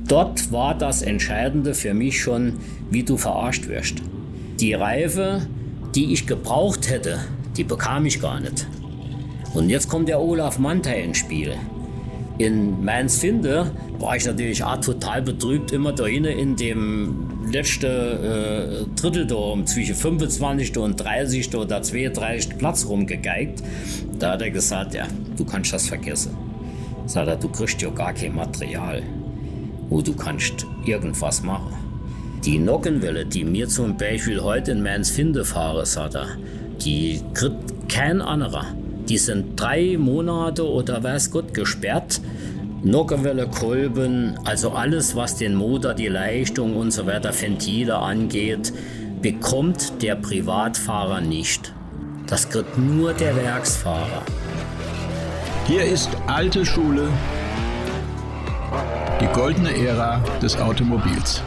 dort war das Entscheidende für mich schon, wie du verarscht wirst. Die Reife, die ich gebraucht hätte, die bekam ich gar nicht. Und jetzt kommt der Olaf Mantei ins Spiel. In Mainz-Finde war ich natürlich auch total betrübt, immer da hinten in dem letzten Drittel da zwischen 25. und 30. oder 32. Platz rumgegeigt. Da hat er gesagt, ja, du kannst das vergessen. Sagt er, du kriegst ja gar kein Material, wo du kannst irgendwas machen. Die Nockenwelle, die mir zum Beispiel heute in Mainz-Finde fahre, sagt er, die kriegt kein anderer. Die sind 3 Monate oder weiß Gott gesperrt. Nockenwelle, Kolben, also alles, was den Motor, die Leistung und so weiter, Ventile angeht, bekommt der Privatfahrer nicht. Das kriegt nur der Werksfahrer. Hier ist alte Schule, die goldene Ära des Automobils.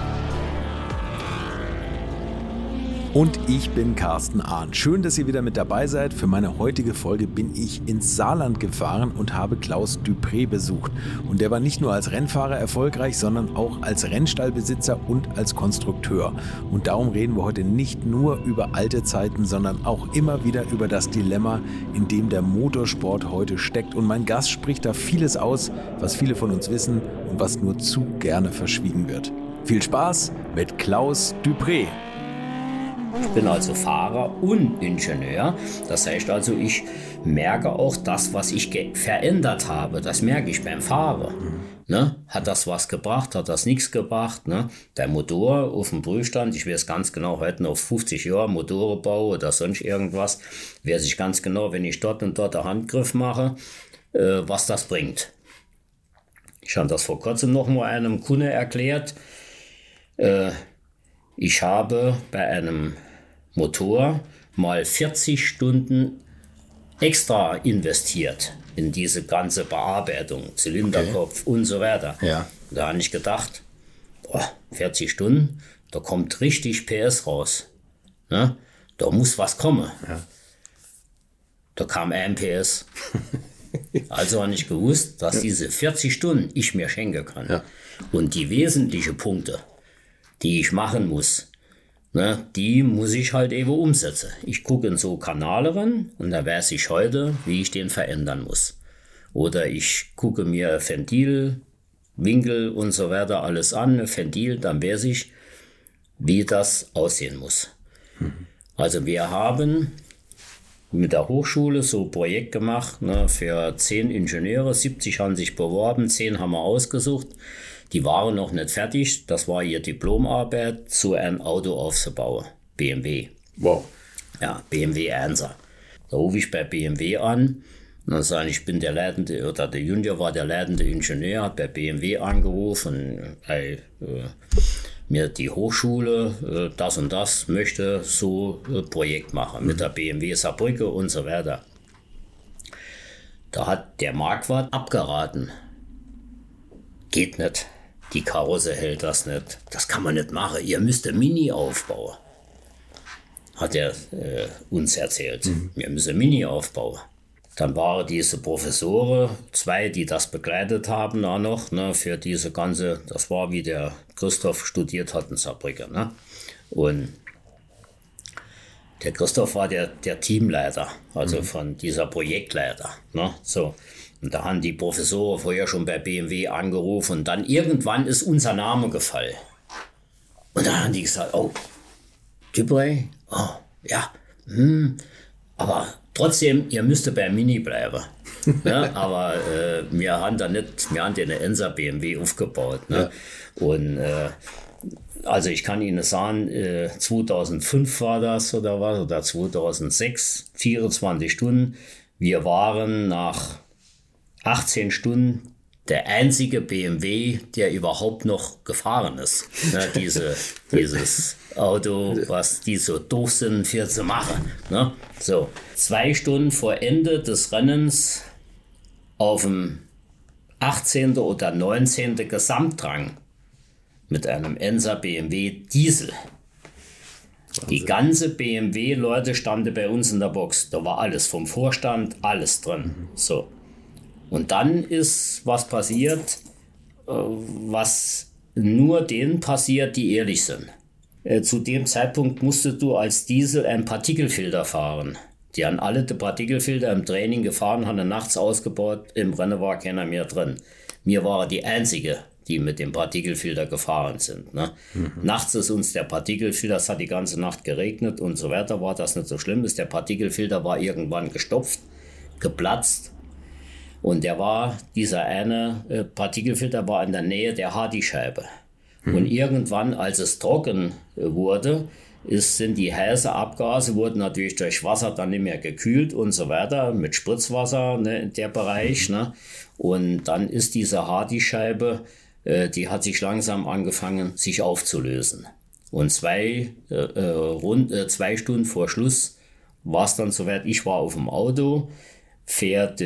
Und ich bin Carsten Ahn. Schön, dass ihr wieder mit dabei seid. Für meine heutige Folge bin ich ins Saarland gefahren und habe Klaus Dupré besucht. Und der war nicht nur als Rennfahrer erfolgreich, sondern auch als Rennstallbesitzer und als Konstrukteur. Und darum reden wir heute nicht nur über alte Zeiten, sondern auch immer wieder über das Dilemma, in dem der Motorsport heute steckt. Und mein Gast spricht da vieles aus, was viele von uns wissen und was nur zu gerne verschwiegen wird. Viel Spaß mit Klaus Dupré. Ich bin also Fahrer und Ingenieur. Das heißt also, ich merke auch das, was ich verändert habe. Das merke ich beim Fahren. Ne? Hat das was gebracht? Hat das nichts gebracht? Ne? Der Motor auf dem Prüfstand, ich weiß ganz genau, heute noch 50 Jahre Motorenbau oder sonst irgendwas, weiß ich ganz genau, wenn ich dort und dort einen Handgriff mache, was das bringt. Ich habe das vor kurzem noch mal einem Kunde erklärt. Ich habe bei einem Motor mal 40 Stunden extra investiert in diese ganze Bearbeitung, Zylinderkopf und so weiter. Ja. Da habe ich gedacht, 40 Stunden, da kommt richtig PS raus. Ne? Da muss was kommen. Ja. Da kam 1 PS. Also habe ich gewusst, dass diese 40 Stunden ich mir schenken kann. Ja. Und die wesentlichen Punkte, die ich machen muss, ne, die muss ich halt eben umsetzen. Ich gucke in so Kanäle ran und da weiß ich heute, wie ich den verändern muss. Oder ich gucke mir Ventil, Winkel und so weiter alles an, Ventil, dann weiß ich, wie das aussehen muss. Also wir haben mit der Hochschule so ein Projekt gemacht, ne, für 10 Ingenieure, 70 haben sich beworben, 10 haben wir ausgesucht. Die waren noch nicht fertig, das war ihre Diplomarbeit, zu einem Auto aufzubauen, BMW. Wow. Ja, BMW 1er. Da rufe ich bei BMW an und dann sage ich, bin der leitende, oder der Junior war der leitende Ingenieur, hat bei BMW angerufen, mir die Hochschule, das und das, möchte so ein Projekt machen mit der BMW Saarbrücke und so weiter. Da hat der Marquardt abgeraten. Geht nicht. Die Karosse hält das nicht. Das kann man nicht machen. Ihr müsst ein Mini aufbauen. Hat er uns erzählt. Wir müssen ein Mini aufbauen. Dann waren diese Professoren, 2, die das begleitet haben, da noch, ne, für diese ganze, das war wie der Christoph studiert hat in Saarbrücken. Ne? Und der Christoph war der Teamleiter, also von dieser Projektleiter. Ne? So. Und da haben die Professoren vorher schon bei BMW angerufen und dann irgendwann ist unser Name gefallen. Und dann haben die gesagt, oh, Dupré, oh, ja, aber trotzdem, ihr müsst bei Mini bleiben. Ja, aber wir haben den 1er BMW aufgebaut. Ne? Ja. Und also ich kann Ihnen sagen, 2005 war das oder was, oder 2006, 24 Stunden. Wir waren nach 18 Stunden der einzige BMW, der überhaupt noch gefahren ist. Ne, dieses Auto, was die so doof sind, für zu machen. Ne? So, 2 Stunden vor Ende des Rennens auf dem 18. oder 19. Gesamtrang mit einem 1er BMW Diesel. Wahnsinn. Die ganze BMW-Leute standen bei uns in der Box. Da war alles vom Vorstand, alles drin. So. Und dann ist was passiert, was nur denen passiert, die ehrlich sind. Zu dem Zeitpunkt musstest du als Diesel einen Partikelfilter fahren. Die haben alle die Partikelfilter im Training gefahren, haben nachts ausgebaut, im Rennen war keiner mehr drin. Wir waren die Einzige, die mit dem Partikelfilter gefahren sind. Ne? Nachts ist uns der Partikelfilter, es hat die ganze Nacht geregnet und so weiter, war das nicht so schlimm. Der Partikelfilter war irgendwann gestopft, geplatzt. Und dieser eine Partikelfilter war in der Nähe der Hardyscheibe. Und irgendwann, als es trocken wurde, sind die heißen Abgase, wurden natürlich durch Wasser dann nicht mehr gekühlt und so weiter, mit Spritzwasser, ne, in der Bereich. Ne? Und dann ist diese Hardyscheibe, die hat sich langsam angefangen, sich aufzulösen. Und 2 Stunden vor Schluss war es dann soweit, ich war auf dem Auto, fährt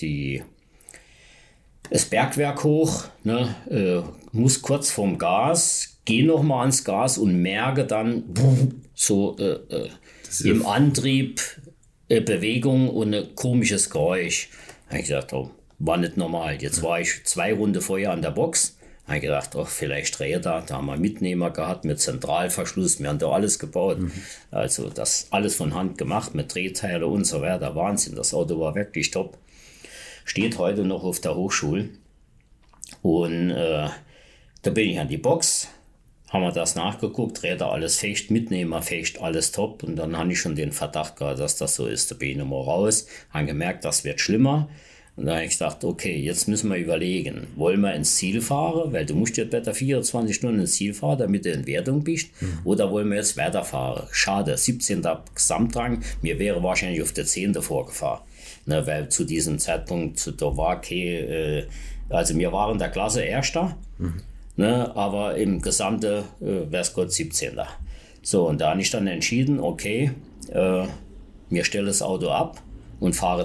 das Bergwerk hoch, ne, muss kurz vom Gas, gehe nochmal ans Gas und merke dann so im Antrieb Bewegung und ein komisches Geräusch. Da habe ich gesagt, oh, war nicht normal. Jetzt war ich 2 Runden vorher an der Box. Da habe ich gedacht, oh, vielleicht Räder. Da haben wir Mitnehmer gehabt mit Zentralverschluss. Wir haben da alles gebaut. Also das alles von Hand gemacht mit Drehteile und so weiter. Wahnsinn, das Auto war wirklich top. Steht heute noch auf der Hochschule. Und da bin ich an die Box, haben wir das nachgeguckt, Räder alles fest, Mitnehmer fest, alles top. Und dann habe ich schon den Verdacht gehabt, dass das so ist. Da bin ich mal raus, habe gemerkt, das wird schlimmer. Und dann habe ich gedacht, okay, jetzt müssen wir überlegen, wollen wir ins Ziel fahren, weil du musst ja besser 24 Stunden ins Ziel fahren, damit du in Wertung bist, oder wollen wir jetzt weiterfahren? Schade, 17. Gesamtrang, mir wäre wahrscheinlich auf der 10. vorgefahren. Ne, weil zu diesem Zeitpunkt, da war also wir waren in der Klasse Erster, ne, aber im Gesamte wäre es Gott 17. So, und da habe ich dann entschieden, okay, mir stelle das Auto ab und fahre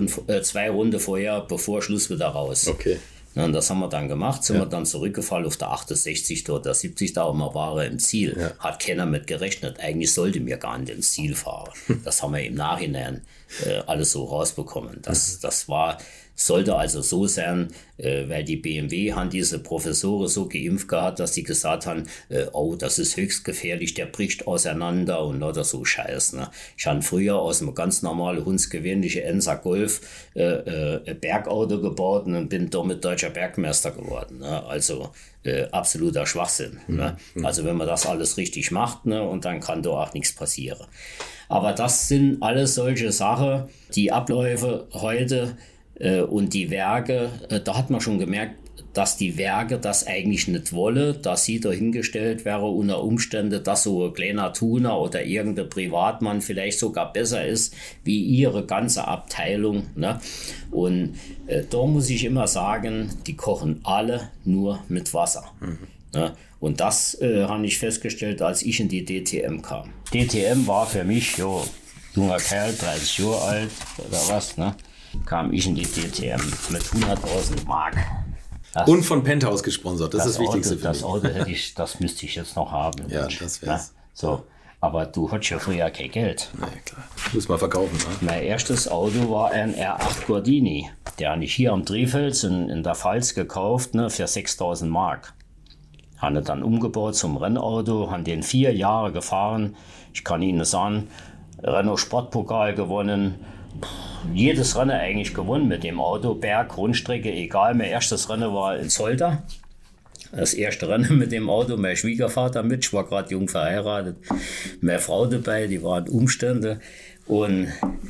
2 Runden vorher, bevor Schluss wieder raus. Okay. Ja, und das haben wir dann gemacht, sind wir dann zurückgefallen auf der 68 oder der 70 da und wir waren im Ziel. Ja. Hat keiner mit gerechnet. Eigentlich sollte mir gar nicht ins Ziel fahren. Das haben wir im Nachhinein alles so rausbekommen. Das sollte also so sein, weil die BMW haben diese Professoren so geimpft gehabt, dass die gesagt haben, oh, das ist höchst gefährlich, der bricht auseinander und lauter so Scheiß. Ne? Ich habe früher aus einem ganz normalen, hundsgewöhnlichen Ensa Golf ein Bergauto gebaut und bin damit deutscher Bergmeister geworden. Ne? Also absoluter Schwachsinn. Ne? Also wenn man das alles richtig macht, ne, und dann kann da auch nichts passieren. Aber das sind alles solche Sachen, die Abläufe heute und die Werke, da hat man schon gemerkt, dass die Werke das eigentlich nicht wollen, dass sie dahingestellt wäre unter Umständen, dass so ein kleiner Tuner oder irgendein Privatmann vielleicht sogar besser ist wie ihre ganze Abteilung. Ne? Und da muss ich immer sagen, die kochen alle nur mit Wasser. Ne? Und das habe ich festgestellt, als ich in die DTM kam. DTM war für mich, junger Kerl, 30 Jahre alt oder was, ne? Kam ich in die DTM mit 100.000 Mark. Und von Penthouse gesponsert, das ist das Wichtigste für mich. Das Auto das müsste ich jetzt noch haben. Ja, das wär's. So, aber du hattest ja früher kein Geld. Na ja, klar. Muss man verkaufen. Ne? Mein erstes Auto war ein R8 Gordini. Der habe ich hier am Trifels in der Pfalz gekauft, ne, für 6.000 Mark. Habe dann umgebaut zum Rennauto, habe den 4 Jahre gefahren. Ich kann Ihnen sagen, Renault Sportpokal gewonnen. Jedes Rennen eigentlich gewonnen mit dem Auto, Berg, Rundstrecke, egal. Mein erstes Rennen war in Zolder. Das erste Rennen mit dem Auto, mein Schwiegervater mit, ich war gerade jung verheiratet, meine Frau dabei, die waren Umstände. Und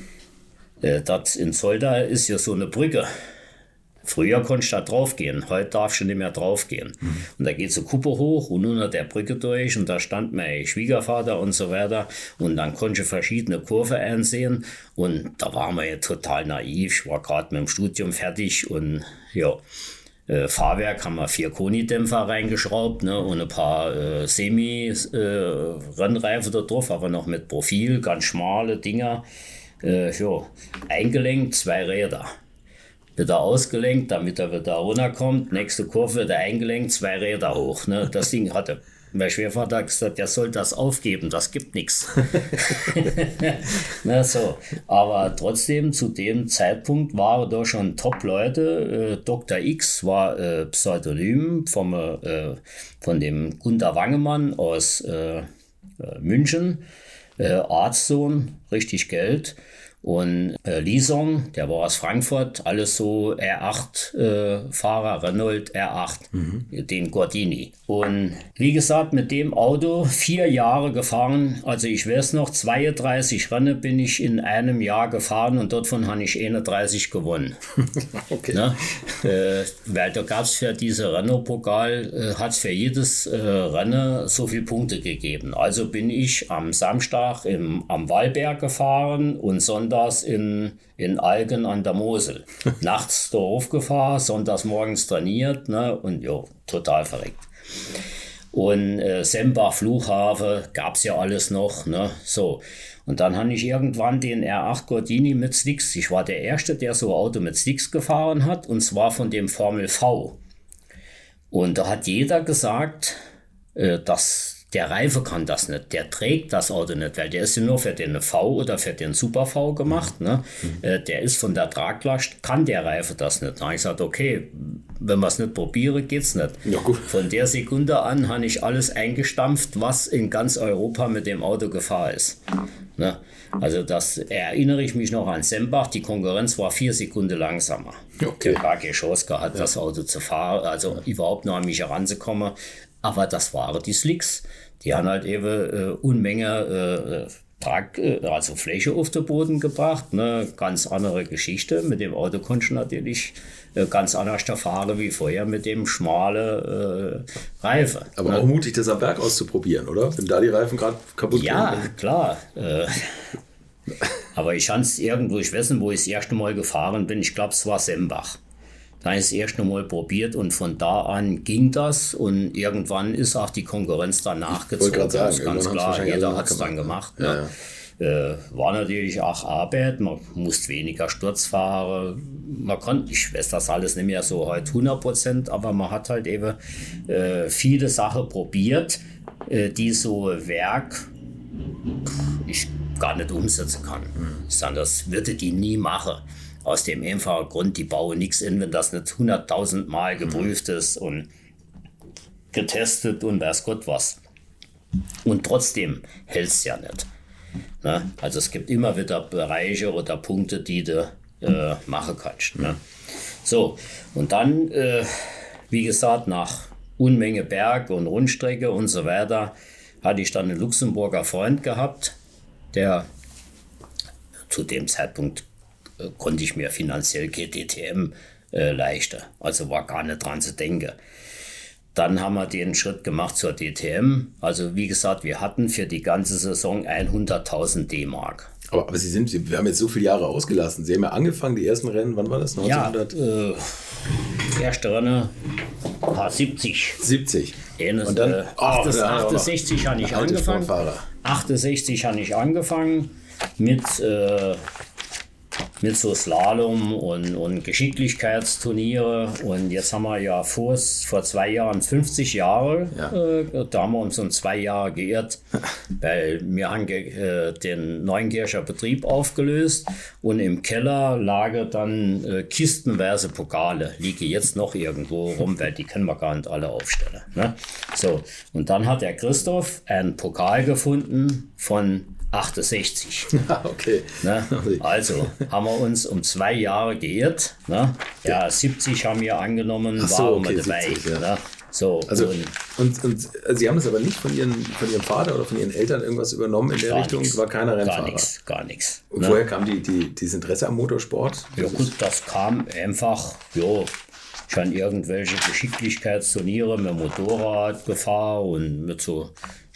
das in Zolder ist ja so eine Brücke. Früher konntest du da drauf gehen, heute darfst du nicht mehr drauf gehen. Und da geht so Kuppe hoch und unter der Brücke durch und da stand mein Schwiegervater und so weiter und dann konnte ich verschiedene Kurven einsehen und da waren wir ja total naiv. Ich war gerade mit dem Studium fertig und ja, Fahrwerk haben wir 4 Koni-Dämpfer reingeschraubt, ne, und ein paar Semi-Rennreifen da drauf, aber noch mit Profil, ganz schmale Dinger. Eingelenkt, 2 Räder. Wieder ausgelenkt, damit er wieder runterkommt. Nächste Kurve wieder eingelenkt, 2 Räder hoch. Ne? Das Ding hatte Mein Schwiegervater hat gesagt, der soll das aufgeben, das gibt nichts. Na so. Aber trotzdem, zu dem Zeitpunkt waren da schon Top-Leute. Dr. X war Pseudonym von dem Gunter Wangemann aus München, Arztsohn, richtig Geld. Und Lisong, der war aus Frankfurt, alles so R8-Fahrer, Renault R8, den Gordini. Und wie gesagt, mit dem Auto 4 Jahre gefahren, also ich weiß noch, 32 Rennen bin ich in einem Jahr gefahren und davon habe ich 31 gewonnen. Okay. Ne? Weil da gab es für diese Renault-Pokal, hat es für jedes Rennen so viele Punkte gegeben. Also bin ich am Samstag am Wallberg gefahren und sonntags in Algen an der Mosel. Nachts da hochgefahren, sonntags morgens trainiert, ne? Und ja, total verreckt. Und Sembach, Flughafen, gab es ja alles noch, ne? So. Und dann habe ich irgendwann den R8 Gordini mit Slicks. Ich war der Erste, der so ein Auto mit Slicks gefahren hat, und zwar von dem Formel V. Und da hat jeder gesagt, dass der Reife kann das nicht, der trägt das Auto nicht, weil der ist ja nur für den V oder für den Super V gemacht. Ne? Der ist von der Traglast, kann der Reife das nicht. Da habe ich gesagt, okay, wenn wir es nicht probieren, geht's nicht. Ja, gut. Von der Sekunde an habe ich alles eingestampft, was in ganz Europa mit dem Auto gefahren ist. Ne? Also das erinnere ich mich noch an Sembach, die Konkurrenz war 4 Sekunden langsamer. Okay. Der gar keine Chance gehabt, das Auto zu fahren, also überhaupt noch an mich heranzukommen. Aber das waren die Slicks. Die haben halt eben Unmenge also Fläche auf den Boden gebracht. Ne? Ganz andere Geschichte. Mit dem Auto konnte ich natürlich ganz anders fahren wie vorher mit dem schmalen Reifen. Aber auch mutig, das am Berg auszuprobieren, oder? Wenn da die Reifen gerade kaputt Ja, gehen. klar. Aber ich habe es irgendwo, ich weiß nicht, wo ich das erste Mal gefahren bin. Ich glaube, es war Sembach. Da habe ich das erste Mal probiert und von da an ging das und irgendwann ist auch die Konkurrenz dann nachgezogen. Das ist ganz klar, jeder hat es dann gemacht. Ne? Ja. War natürlich auch Arbeit, man musste weniger Sturz fahren. Man konnte, ich weiß das alles nicht mehr so heute 100%, aber man hat halt eben viele Sachen probiert, die so Werk ich gar nicht umsetzen kann. Das würde die nie machen. Aus dem einfachen Grund, die bauen nichts in, wenn das nicht 100.000 Mal geprüft ist und getestet und weiß Gott was. Und trotzdem hält es ja nicht. Ne? Also es gibt immer wieder Bereiche oder Punkte, die du machen kannst. Ne? So, und dann, wie gesagt, nach Unmenge Berg und Rundstrecke und so weiter, hatte ich dann einen Luxemburger Freund gehabt, der zu dem Zeitpunkt konnte ich mir finanziell kein DTM leisten. Also war gar nicht dran zu denken. Dann haben wir den Schritt gemacht zur DTM. Also wie gesagt, wir hatten für die ganze Saison 100.000 D-Mark. Aber wir haben jetzt so viele Jahre ausgelassen. Sie haben ja angefangen, die ersten Rennen, wann war das? 1900? Ja, erste Rennen war 70. 70. Und dann 68 habe ich angefangen. Sportfahrer. 68 habe ich angefangen mit so Slalom und Geschicklichkeitsturniere. Und jetzt haben wir ja vor 2 Jahren 50 Jahre. Ja. Da haben wir uns um 2 Jahre geirrt, weil wir haben den Neunkircher Betrieb aufgelöst und im Keller lagen dann kistenweise Pokale. Liege jetzt noch irgendwo rum, weil die können wir gar nicht alle aufstellen. Ne? So, und dann hat der Christoph einen Pokal gefunden von 68. Okay. Ne? Also haben wir uns um 2 Jahre geirrt. Ne? Ja, 70 haben wir angenommen, waren wir dabei. 70, ja. Ne? So, also, und Sie haben das aber nicht von Ihrem Vater oder von Ihren Eltern irgendwas übernommen in der Richtung? War keiner Rennfahrer? Gar nichts. Und woher kam dieses Interesse am Motorsport? Ja gut, das kam einfach, schon irgendwelche Geschicklichkeitsturniere mit Motorrad gefahren und mit so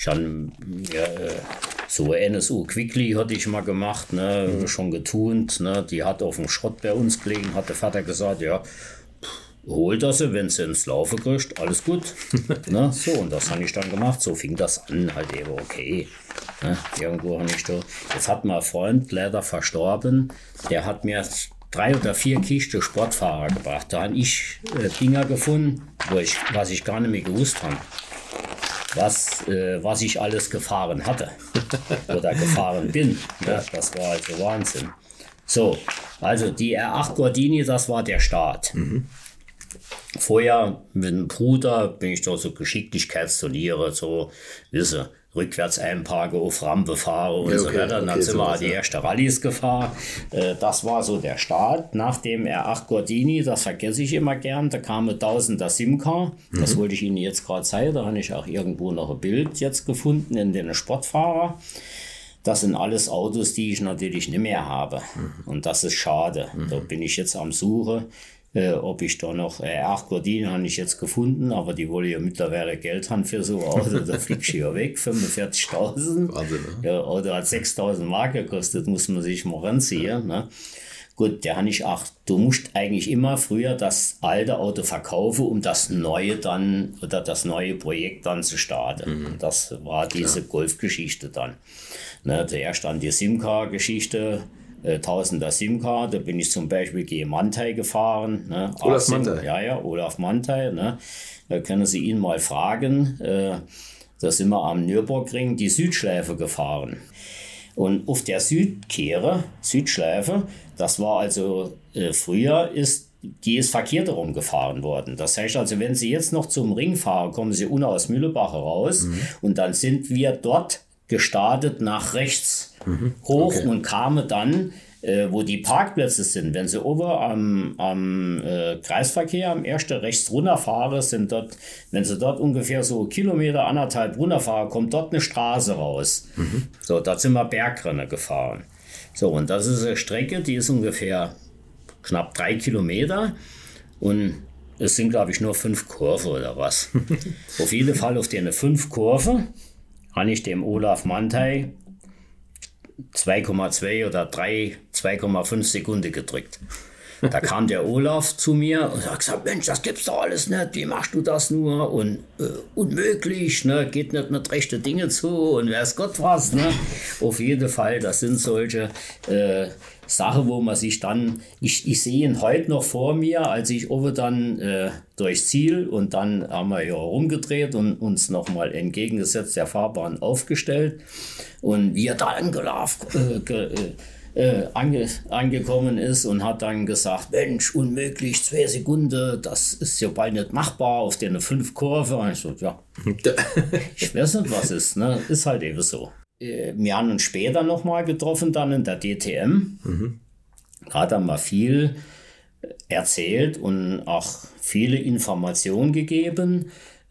NSU Quickly hatte ich mal gemacht, ne, schon getunt, ne, die hat auf dem Schrott bei uns gelegen, hat der Vater gesagt, ja, hol das, wenn sie ins Laufen kriegt, alles gut. Ne, so, und das habe ich dann gemacht, so fing das an, halt eben okay. Ne, irgendwo habe ich da, jetzt hat mein Freund leider verstorben, der hat mir 3 oder 4 Kisten Sportfahrer gebracht. Da habe ich Dinger gefunden, was ich gar nicht mehr gewusst habe. was ich alles gefahren hatte oder gefahren bin. Ja, das war also Wahnsinn. So, also die R8 Gordini, das war der Start. Vorher mit dem Bruder bin ich da so Geschicklichkeitsturniere, so, wisse, rückwärts einparke, auf Rampe fahre und so weiter. Und dann sind wir die erste Rallyes gefahren. Das war so der Start. Nach dem R8 Gordini, das vergesse ich immer gern, da kam ein 1000er Simca. Das wollte ich Ihnen jetzt gerade zeigen. Da habe ich auch irgendwo noch ein Bild jetzt gefunden in den Sportfahrer. Das sind alles Autos, die ich natürlich nicht mehr habe. Und das ist schade. Da bin ich jetzt am Suche. Ob ich da noch R8 Gordini habe ich jetzt gefunden, aber die wollen ja mittlerweile Geld haben für so ein Auto, da fliegst du ja weg, 45.000. Wahnsinn, ne? Ja, Auto hat 6.000 Mark gekostet, muss man sich mal ranziehen. Ne? Gut, der habe ich auch, du musst eigentlich immer früher das alte Auto verkaufen, um das neue dann, oder das neue Projekt dann zu starten. Das war diese Golfgeschichte dann. Ne, zuerst dann die Simca-Geschichte, 1000er Simca, da bin ich zum Beispiel gegen Manthey gefahren. Ne? Olaf Manthey. Ja, Olaf Manthey. Ne? Da können Sie ihn mal fragen. Da sind wir am Nürburgring die Südschleife gefahren. Und auf der Südschleife, das war also früher, die ist verkehrt herum gefahren worden. Das heißt also, wenn Sie jetzt noch zum Ring fahren, kommen Sie unten aus Mühlebach raus und dann sind wir dort gestartet nach rechts hoch und kamen dann, wo die Parkplätze sind. Wenn Sie oben am Kreisverkehr am ersten rechts runterfahren, sind dort, wenn Sie dort ungefähr so 1,5 Kilometer runterfahren, kommt dort eine Straße raus. So, dort sind wir Bergrennen gefahren. So, und das ist eine Strecke, die ist ungefähr knapp 3 Kilometer und es sind, glaube ich, nur 5 Kurven oder was. Auf jeden Fall auf den 5 Kurven habe ich dem Olaf Manthey 2,2 oder 2,5 Sekunden gedrückt. Da kam der Olaf zu mir und hat gesagt, Mensch, das gibt's doch alles nicht, wie machst du das nur? Und unmöglich, ne? Geht nicht mit rechten Dingen zu und weiß Gott was. Ne? Auf jeden Fall, das sind solche Sachen, wo man sich dann, ich sehe ihn heute noch vor mir, als ich oben dann durchs Ziel und dann haben wir ja rumgedreht und uns nochmal entgegengesetzt der Fahrbahn aufgestellt und wie er da angekommen ist und hat dann gesagt, Mensch, unmöglich, 2 Sekunden, das ist ja bald nicht machbar auf den 5 Kurven. Und ich so, ja, ich weiß nicht, was ist, ne? Ist halt eben so. Wir haben uns später nochmal getroffen, dann in der DTM. Da hat er mal viel erzählt und auch viele Informationen gegeben.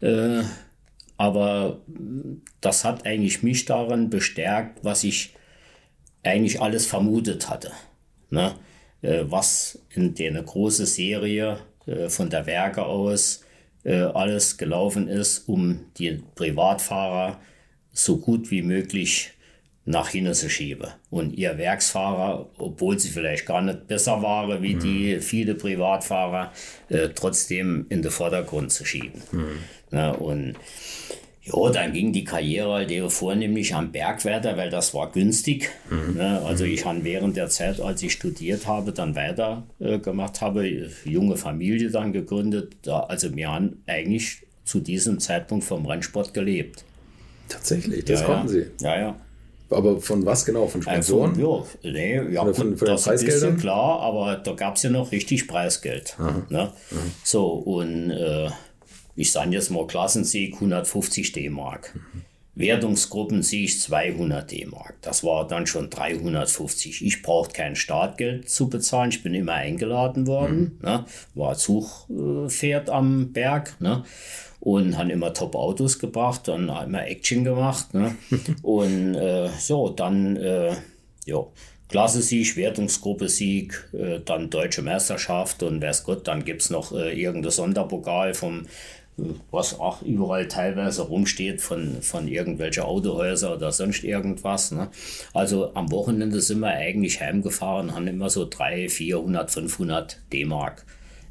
Aber das hat eigentlich mich daran bestärkt, was ich eigentlich alles vermutet hatte. Ne? Was in der großen Serie von der Werke aus alles gelaufen ist, um die Privatfahrer so gut wie möglich nach hinten zu schieben. Und ihr Werksfahrer, obwohl sie vielleicht gar nicht besser waren wie die viele Privatfahrer, trotzdem in den Vordergrund zu schieben. Ja, und ja, dann ging die Karriere halt vornehmlich am Bergwerder, weil das war günstig. Ja, also ich habe während der Zeit, als ich studiert habe, dann weiter gemacht habe, junge Familie dann gegründet. Also wir haben eigentlich zu diesem Zeitpunkt vom Rennsport gelebt. Tatsächlich, das konnten Sie? Ja. Aber von was genau? Von Sponsoren? Von das ist ein bisschen klar, aber da gab es ja noch richtig Preisgeld. Ne? So, und ich sage jetzt mal Klassensieg 150 D-Mark. Wertungsgruppensieg 200 D-Mark. Das war dann schon 350. Ich brauchte kein Startgeld zu bezahlen. Ich bin immer eingeladen worden. Ne? War Zugpferd am Berg. Ne? Und haben immer Top-Autos gebracht, dann immer Action gemacht. Ne? Und dann Klasse-Sieg, Wertungsgruppe-Sieg, dann Deutsche Meisterschaft und weiß Gott, dann gibt es noch irgendein Sonderpokal was auch überall teilweise rumsteht von irgendwelchen Autohäusern oder sonst irgendwas. Ne? Also am Wochenende sind wir eigentlich heimgefahren, haben immer so 300, 400, 500 D-Mark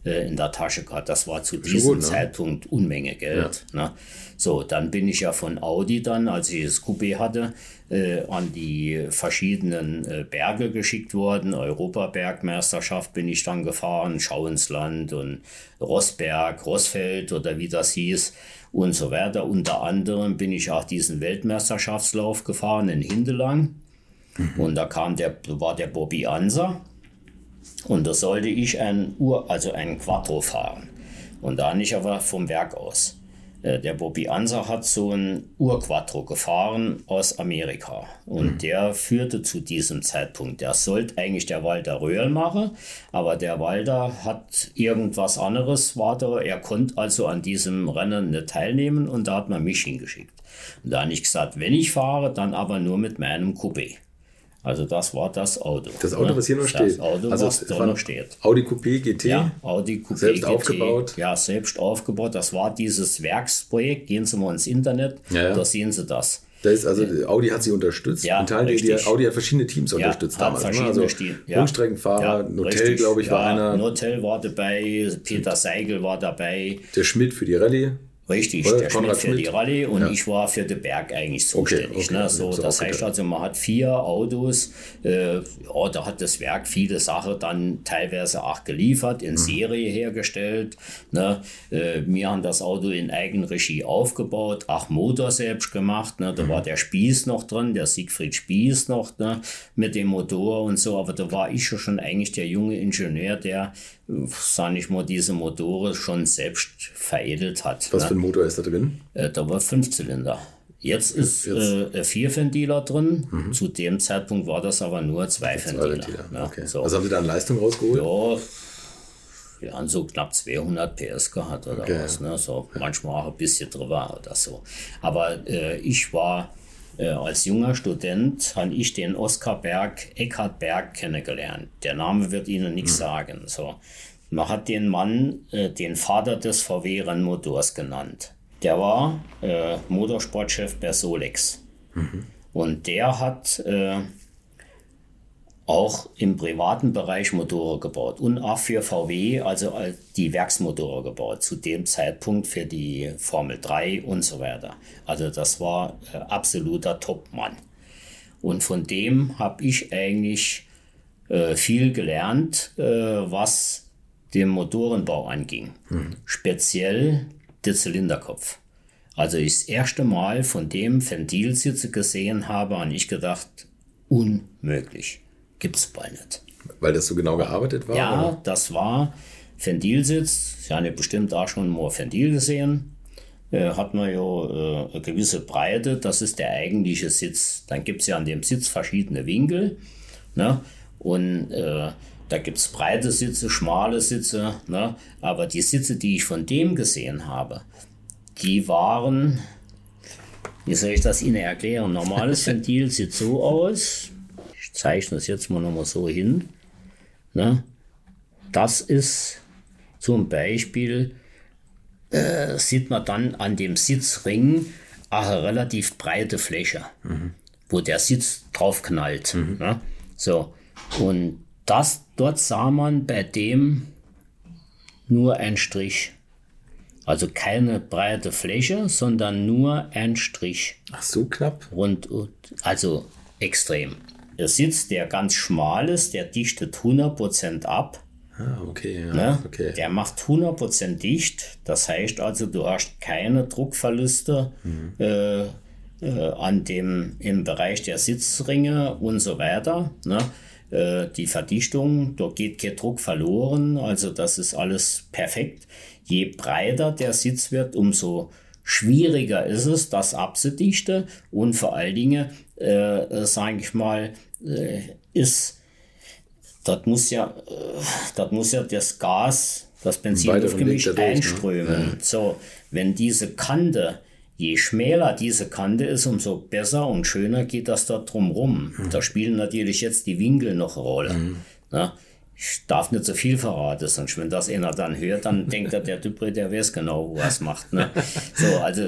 in der Tasche gehabt. Das war zu diesem Zeitpunkt Unmenge Geld. Ja. Ne? So, dann bin ich ja von Audi dann, als ich das Coupé hatte, an die verschiedenen Berge geschickt worden. Europabergmeisterschaft bin ich dann gefahren, Schauinsland und Rossberg, Rossfeld oder wie das hieß und so weiter. Unter anderem bin ich auch diesen Weltmeisterschaftslauf gefahren in Hindelang. Und da war der Bobby Anser. Und da sollte ich ein Quattro fahren. Und da nicht aber vom Werk aus. Der Bobby Anser hat so ein Urquattro gefahren aus Amerika. Und der führte zu diesem Zeitpunkt. Der sollte eigentlich der Walter Röhrl machen, aber der Walter hat irgendwas anderes. Er konnte also an diesem Rennen nicht teilnehmen und da hat man mich hingeschickt. Und da habe ich gesagt, wenn ich fahre, dann aber nur mit meinem Coupé. Also das war das Auto. Das Auto, was hier noch steht? Das Auto, was da noch steht. Audi Coupé GT? Ja, Audi Coupé selbst GT. Aufgebaut? Ja, selbst aufgebaut. Das war dieses Werksprojekt. Gehen Sie mal ins Internet, da sehen Sie das. Das ist also, Audi hat sie unterstützt. Ja, Audi hat verschiedene Teams unterstützt damals. Also Rundstreckenfahrer, Notel, glaube ich, war einer. Notel war dabei, Peter Seigel war dabei. Der Schmidt für die Rallye. Richtig, oder? Der Schmidt für die Rallye und ich war für den Berg eigentlich zuständig. Okay, ne? So, das heißt also, man hat 4 Autos, da hat das Werk viele Sachen dann teilweise auch geliefert, in Serie hergestellt. Ne? Wir haben das Auto in Eigenregie aufgebaut, auch Motor selbst gemacht. Ne? Da war der Spieß noch drin, der Siegfried Spieß noch, ne? Mit dem Motor und so, aber da war ich schon eigentlich der junge Ingenieur, der, sag ich mal, diese Motoren schon selbst veredelt hat. Was für ein Motor ist da drin? Da war 5-Zylinder. Jetzt ist 4-Ventiler drin. Zu dem Zeitpunkt war das aber nur 2-Ventiler. Ja, okay. So. Was haben Sie da an Leistung rausgeholt? Ja, wir haben so knapp 200 PS gehabt oder was. Ne? So, manchmal auch ein bisschen drüber oder so. Aber ich war als junger Student, habe ich den Oskar Eckhard Berg kennengelernt. Der Name wird Ihnen nichts sagen. So. Man hat den Mann den Vater des VW-Rennmotors genannt. Der war Motorsportchef bei Solex. Und der hat auch im privaten Bereich Motoren gebaut und auch für VW, also die Werksmotoren gebaut, zu dem Zeitpunkt für die Formel 3 und so weiter. Also das war absoluter Topmann. Und von dem habe ich eigentlich viel gelernt, was den Motorenbau anging. Speziell der Zylinderkopf. Also ich das erste Mal von dem Ventilsitze gesehen habe, habe ich gedacht, unmöglich. Gibt's bald nicht. Weil das so genau gearbeitet war? Ja, oder? Das war Ventilsitz. Sie haben ja bestimmt auch schon mal Ventil gesehen. Hat man ja eine gewisse Breite. Das ist der eigentliche Sitz. Dann gibt es ja an dem Sitz verschiedene Winkel. Ne? Und da gibt es breite Sitze, schmale Sitze. Ne? Aber die Sitze, die ich von dem gesehen habe, die waren, wie soll ich das Ihnen erklären? Normales Ventil sieht so aus. Ich zeichne es jetzt mal nochmal so hin. Ne? Das ist zum Beispiel, sieht man dann an dem Sitzring eine relativ breite Fläche, wo der Sitz drauf knallt. Ne? So. Und dort sah man bei dem nur ein Strich. Also keine breite Fläche, sondern nur ein Strich. Ach, so knapp? Also extrem. Der Sitz, der ganz schmal ist, der dichtet 100% ab. Ah, okay. Ja, ne? Okay. Der macht 100% dicht. Das heißt also, du hast keine Druckverluste im Bereich der Sitzringe und so weiter. Ne? Die Verdichtung, da geht kein Druck verloren. Also das ist alles perfekt. Je breiter der Sitz wird, umso schwieriger ist es, das abzudichten. Und vor allen Dingen, sage ich mal, das muss ja das Gas, das Benzin-Luftgemisch einströmen. Ne? So, wenn diese Kante, je schmäler diese Kante ist, umso besser und schöner geht das dort drumherum. Da spielen natürlich jetzt die Winkel noch eine Rolle. Ne? Ich darf nicht so viel verraten, sonst wenn das einer dann hört, dann denkt er, der Dupré, der weiß genau, wo er es macht. Ne? So, also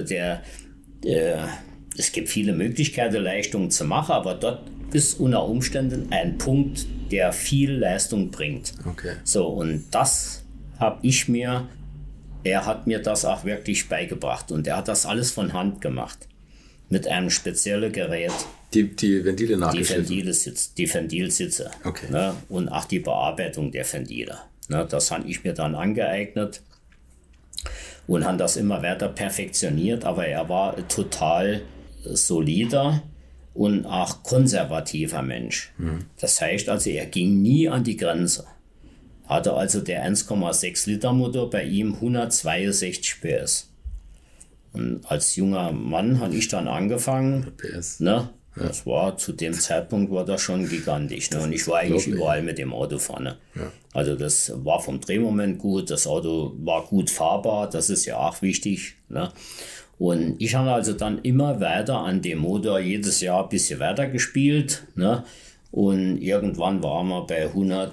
es gibt viele Möglichkeiten, Leistungen zu machen, aber dort ist unter Umständen ein Punkt, der viel Leistung bringt. Okay. So, und das er hat mir das auch wirklich beigebracht und er hat das alles von Hand gemacht. Mit einem speziellen Gerät. Die Ventile nachgeschliffen? Die Ventilsitze. Okay. Ne? Und auch die Bearbeitung der Ventile. Ne? Das habe ich mir dann angeeignet und habe das immer weiter perfektioniert, aber er war total solider und auch konservativer Mensch. Das heißt also, er ging nie an die Grenze. Hatte also der 1,6 Liter Motor bei ihm 162 PS. Und als junger Mann habe ich dann angefangen, PS. Ne? Ja. Das war zu dem Zeitpunkt war das schon gigantisch. Ne? Und ich war eigentlich überall mit dem Auto vorne. Ja. Also das war vom Drehmoment gut, das Auto war gut fahrbar, das ist ja auch wichtig. Ne? Und ich habe also dann immer weiter an dem Motor jedes Jahr ein bisschen weiter gespielt. Ne? Und irgendwann waren wir bei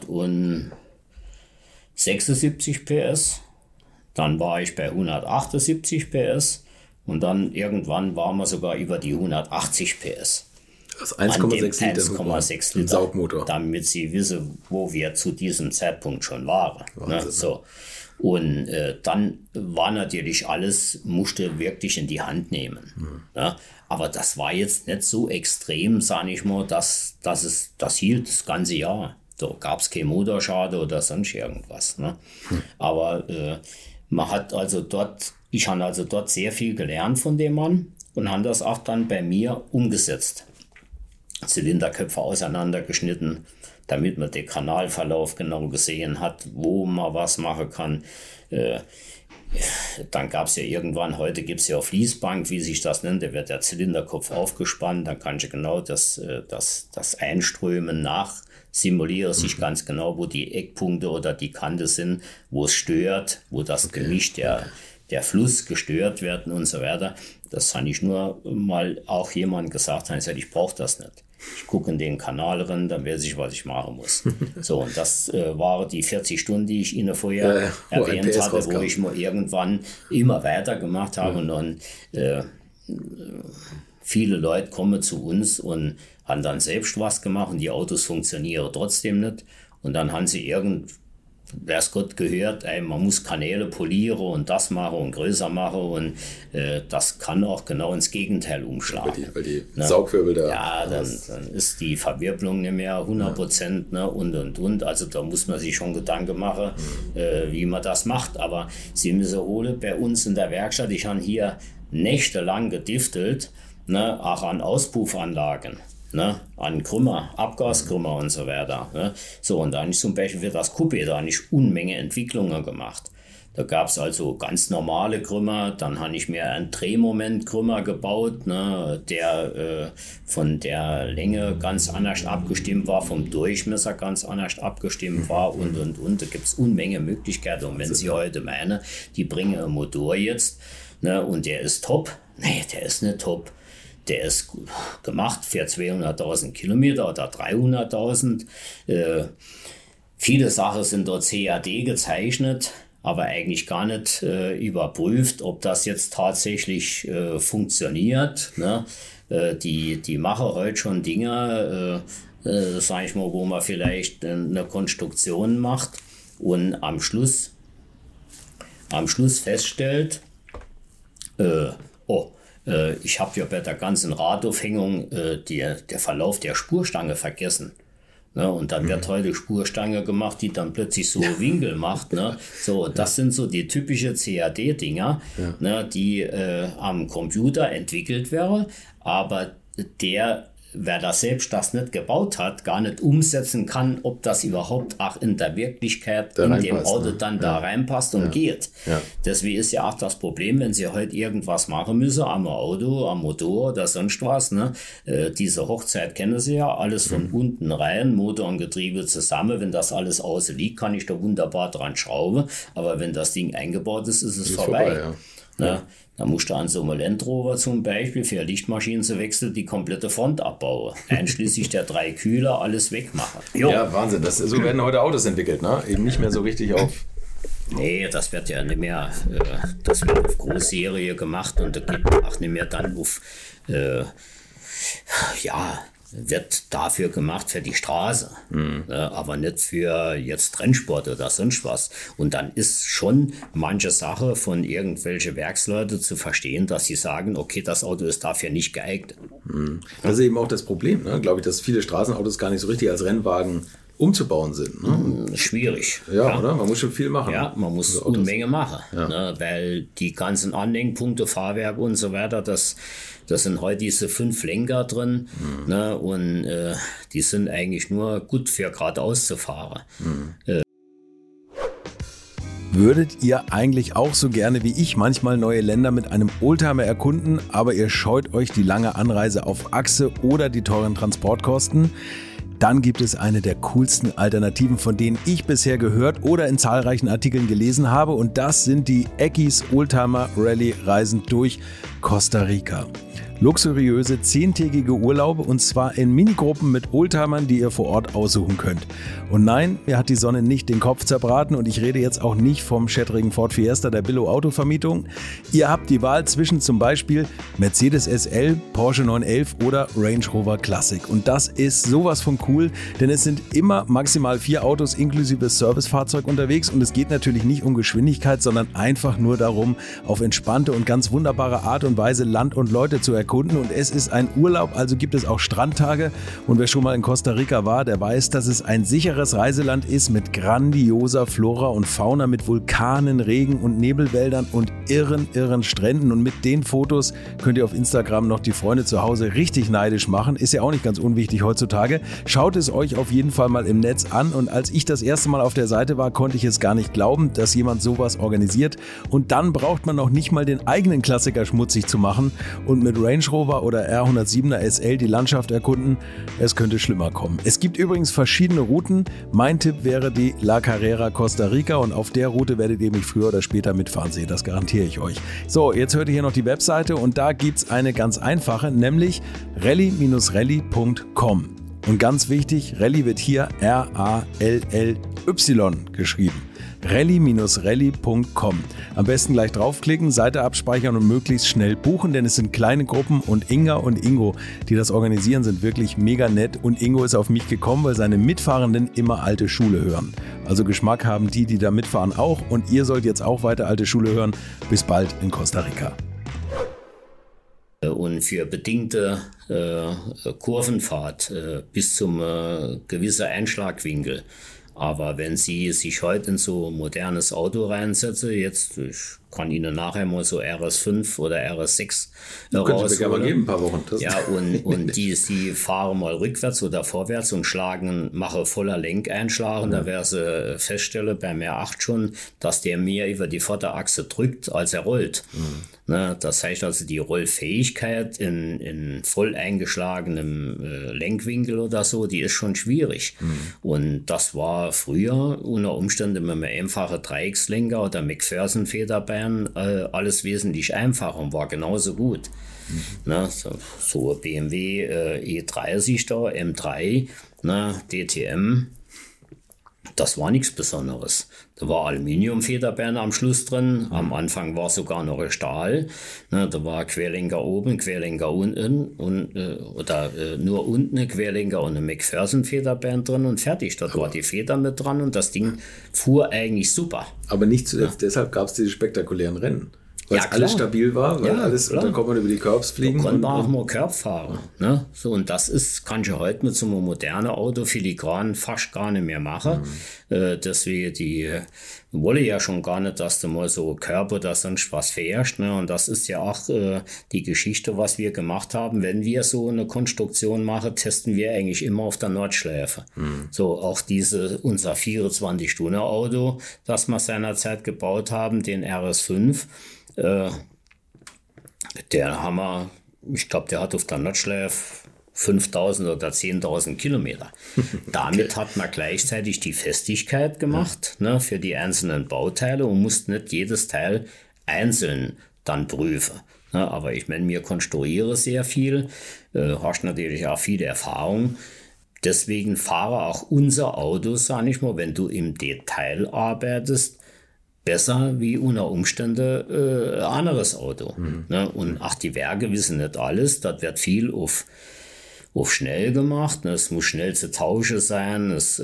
176 PS. Dann war ich bei 178 PS. Und dann irgendwann waren wir sogar über die 180 PS. Das 1,6 Liter Saugmotor. Damit Sie wissen, wo wir zu diesem Zeitpunkt schon waren. Ne? So. Und dann war natürlich alles, musste wirklich in die Hand nehmen. Ne? Aber das war jetzt nicht so extrem, sage ich mal, das hielt das ganze Jahr. So gab es keinen Motorschade oder sonst irgendwas. Ne? Aber man hat also ich habe also dort sehr viel gelernt von dem Mann und habe das auch dann bei mir umgesetzt. Zylinderköpfe auseinandergeschnitten, damit man den Kanalverlauf genau gesehen hat, wo man was machen kann. Dann gab es ja irgendwann, heute gibt es ja auf Fließbank, wie sich das nennt, da wird der Zylinderkopf aufgespannt, dann kannst du genau das Einströmen simuliere sich ganz genau, wo die Eckpunkte oder die Kante sind, wo es stört, wo das Gewicht der Fluss gestört wird und so weiter. Das habe ich nur mal auch jemand gesagt, ich brauche das nicht. Ich gucke in den Kanal rein, dann weiß ich, was ich machen muss. So, und das waren die 40 Stunden, die ich Ihnen vorher erwähnt hatte, wo ich mal irgendwann immer weiter gemacht habe. Und dann viele Leute kommen zu uns und haben dann selbst was gemacht und die Autos funktionieren trotzdem nicht. Und dann haben sie wer es Gott gehört, man muss Kanäle polieren und das machen und größer machen und das kann auch genau ins Gegenteil umschlagen. Weil die Saugwirbel da... Ja, dann ist die Verwirbelung nicht mehr 100%, ne, und. Also da muss man sich schon Gedanken machen, wie man das macht. Aber Sie müssen holen, bei uns in der Werkstatt, ich habe hier nächtelang gediftelt, ne, auch an Auspuffanlagen. Ne, an Krümmer, Abgaskrümmer und so weiter. Ne. So, und da habe ich zum Beispiel für das Coupé, da habe ich Unmenge Entwicklungen gemacht. Da gab es also ganz normale Krümmer, dann habe ich mir einen Drehmomentkrümmer gebaut, ne, der von der Länge ganz anders abgestimmt war, vom Durchmesser ganz anders abgestimmt war und. Da gibt es Unmenge Möglichkeiten. Und wenn Sie heute meinen, die bringen einen Motor jetzt, ne, und der ist top, nee, der ist nicht top. Der ist gemacht für 200.000 Kilometer oder 300.000. Viele Sachen sind dort CAD gezeichnet, aber eigentlich gar nicht überprüft, ob das jetzt tatsächlich funktioniert. Ne? Die machen heute schon Dinge, sag ich mal, wo man vielleicht eine Konstruktion macht und am Schluss feststellt, ich habe ja bei der ganzen Radaufhängung der Verlauf der Spurstange vergessen. Ne? Und dann wird heute Spurstange gemacht, die dann plötzlich so Winkel macht. Ne? So, das sind so die typische CAD-Dinger, ne, die am Computer entwickelt werden, aber wer das selbst nicht gebaut hat, gar nicht umsetzen kann, ob das überhaupt auch in der Wirklichkeit in dem Auto dann da reinpasst und geht. Ja. Deswegen ist ja auch das Problem, wenn Sie heute irgendwas machen müssen, am Auto, am Motor oder sonst was. Ne? Diese Hochzeit kennen Sie ja, alles von unten rein, Motor und Getriebe zusammen. Wenn das alles außen liegt, kann ich da wunderbar dran schrauben. Aber wenn das Ding eingebaut ist, ist es vorbei. Ja. Ne? Da musst du an so einem Land Rover zum Beispiel für Lichtmaschinen zu wechseln die komplette Front abbauen. Einschließlich der 3 Kühler alles wegmachen. Jo. Ja, Wahnsinn. So werden heute Autos entwickelt, ne? Eben nicht mehr so richtig auf... Nee, das wird ja nicht mehr, das wird auf Großserie gemacht und da geht man auch nicht mehr dann auf, wird dafür gemacht für die Straße, aber nicht für jetzt Rennsport oder sonst was. Und dann ist schon manche Sache von irgendwelche Werksleute zu verstehen, dass sie sagen, okay, das Auto ist dafür nicht geeignet. Das ist eben auch das Problem, ne? Glaube ich, dass viele Straßenautos gar nicht so richtig als Rennwagen umzubauen sind. Ne? Schwierig. Ja, oder? Man muss schon viel machen. Ja, man muss eine Unmenge machen, ne? Weil die ganzen Anhängpunkte, Fahrwerk und so weiter, das sind heute diese 5 Lenker drin, ne? Und die sind eigentlich nur gut für geradeaus zu fahren. Würdet ihr eigentlich auch so gerne wie ich manchmal neue Länder mit einem Oldtimer erkunden, aber ihr scheut euch die lange Anreise auf Achse oder die teuren Transportkosten? Dann gibt es eine der coolsten Alternativen, von denen ich bisher gehört oder in zahlreichen Artikeln gelesen habe, und das sind die Eckis Oldtimer Rallye Reisen durch Costa Rica. Luxuriöse 10-tägige Urlaube, und zwar in Minigruppen mit Oldtimern, die ihr vor Ort aussuchen könnt. Und nein, mir hat die Sonne nicht den Kopf zerbraten, und ich rede jetzt auch nicht vom schättrigen Ford Fiesta der Billo Autovermietung. Ihr habt die Wahl zwischen zum Beispiel Mercedes SL, Porsche 911 oder Range Rover Classic. Und das ist sowas von cool, denn es sind immer maximal 4 Autos inklusive Servicefahrzeug unterwegs, und es geht natürlich nicht um Geschwindigkeit, sondern einfach nur darum, auf entspannte und ganz wunderbare Art und Weise Land und Leute zu erkunden. Und es ist ein Urlaub, also gibt es auch Strandtage. Und wer schon mal in Costa Rica war, der weiß, dass es ein sicheres Reiseland ist mit grandioser Flora und Fauna, mit Vulkanen, Regen- und Nebelwäldern und irren Stränden. Und mit den Fotos könnt ihr auf Instagram noch die Freunde zu Hause richtig neidisch machen. Ist ja auch nicht ganz unwichtig heutzutage. Schaut es euch auf jeden Fall mal im Netz an. Und als ich das erste Mal auf der Seite war, konnte ich es gar nicht glauben, dass jemand sowas organisiert. Und dann braucht man noch nicht mal den eigenen Klassiker schmutzig zu machen und mit Range Rover oder R107er SL die Landschaft erkunden. Es könnte schlimmer kommen. Es gibt übrigens verschiedene Routen. Mein Tipp wäre die La Carrera Costa Rica, und auf der Route werdet ihr mich früher oder später mitfahren sehen. Das garantiere ich euch. So, jetzt hört ihr hier noch die Webseite, und da gibt es eine ganz einfache, nämlich rally-rally.com. Und ganz wichtig, Rally wird hier R-A-L-L-Y geschrieben. rally-rally.com. Am besten gleich draufklicken, Seite abspeichern und möglichst schnell buchen, denn es sind kleine Gruppen, und Inga und Ingo, die das organisieren, sind wirklich mega nett, und Ingo ist auf mich gekommen, weil seine Mitfahrenden immer alte Schule hören. Also Geschmack haben die da mitfahren auch, und ihr sollt jetzt auch weiter alte Schule hören. Bis bald in Costa Rica. Und für bedingte Kurvenfahrt bis zum gewissen Einschlagwinkel. Aber wenn Sie sich heute in so ein modernes Auto reinsetzen, jetzt, ich kann Ihnen nachher mal so RS5 oder RS6 rausholen. Könnte mir geben, ein paar Wochen. Ja, und die fahren mal rückwärts oder vorwärts und machen voller Lenkeinschlag. Und da werden Sie feststellen, beim R8 schon, dass der mehr über die Vorderachse drückt, als er rollt. Ne, das heißt also, die Rollfähigkeit in voll eingeschlagenem Lenkwinkel oder so, die ist schon schwierig. Und das war früher unter Umständen mit einem einfachen Dreieckslenker oder McPherson-Federbein alles wesentlich einfacher und war genauso gut. Ne, so BMW E30 da, M3, ne, DTM, das war nichts Besonderes. Da war Aluminiumfederbein am Schluss drin. Am Anfang war sogar noch ein Stahl. Ne, da war Querlenker oben, Querlenker unten oder nur unten ein Querlenker und ein McPherson-Federbein drin und fertig. Dort war die Feder mit dran und das Ding fuhr eigentlich super. Aber nicht zuletzt deshalb gab es diese spektakulären Rennen. Weil alles stabil war, weil alles, und dann kommt man über die Curbs fliegen. Da konnte man auch mal Curb fahren. Ne? So, und das kann ich heute mit so einem modernen Auto filigran fast gar nicht mehr machen. Deswegen, die wollen ja schon gar nicht, dass du mal so Curb oder sonst was fährst. Ne? Und das ist ja auch die Geschichte, was wir gemacht haben. Wenn wir so eine Konstruktion machen, testen wir eigentlich immer auf der Nordschleife. So, auch unser 24-Stunden-Auto, das wir seinerzeit gebaut haben, den RS5, der haben wir, ich glaube, der hat auf der Nordschleife 5.000 oder 10.000 Kilometer. Damit hat man gleichzeitig die Festigkeit gemacht, ne, für die einzelnen Bauteile, und musste nicht jedes Teil einzeln dann prüfen. Ne, aber ich meine, mir konstruiere sehr viel, hast natürlich auch viele Erfahrung. Deswegen fahre auch unser Auto, sage ich mal, wenn du im Detail arbeitest, besser wie unter Umständen ein anderes Auto. Ne? Und die Werke wissen nicht alles. Das wird viel auf auf schnell gemacht. Es muss schnell zu tauschen sein. Es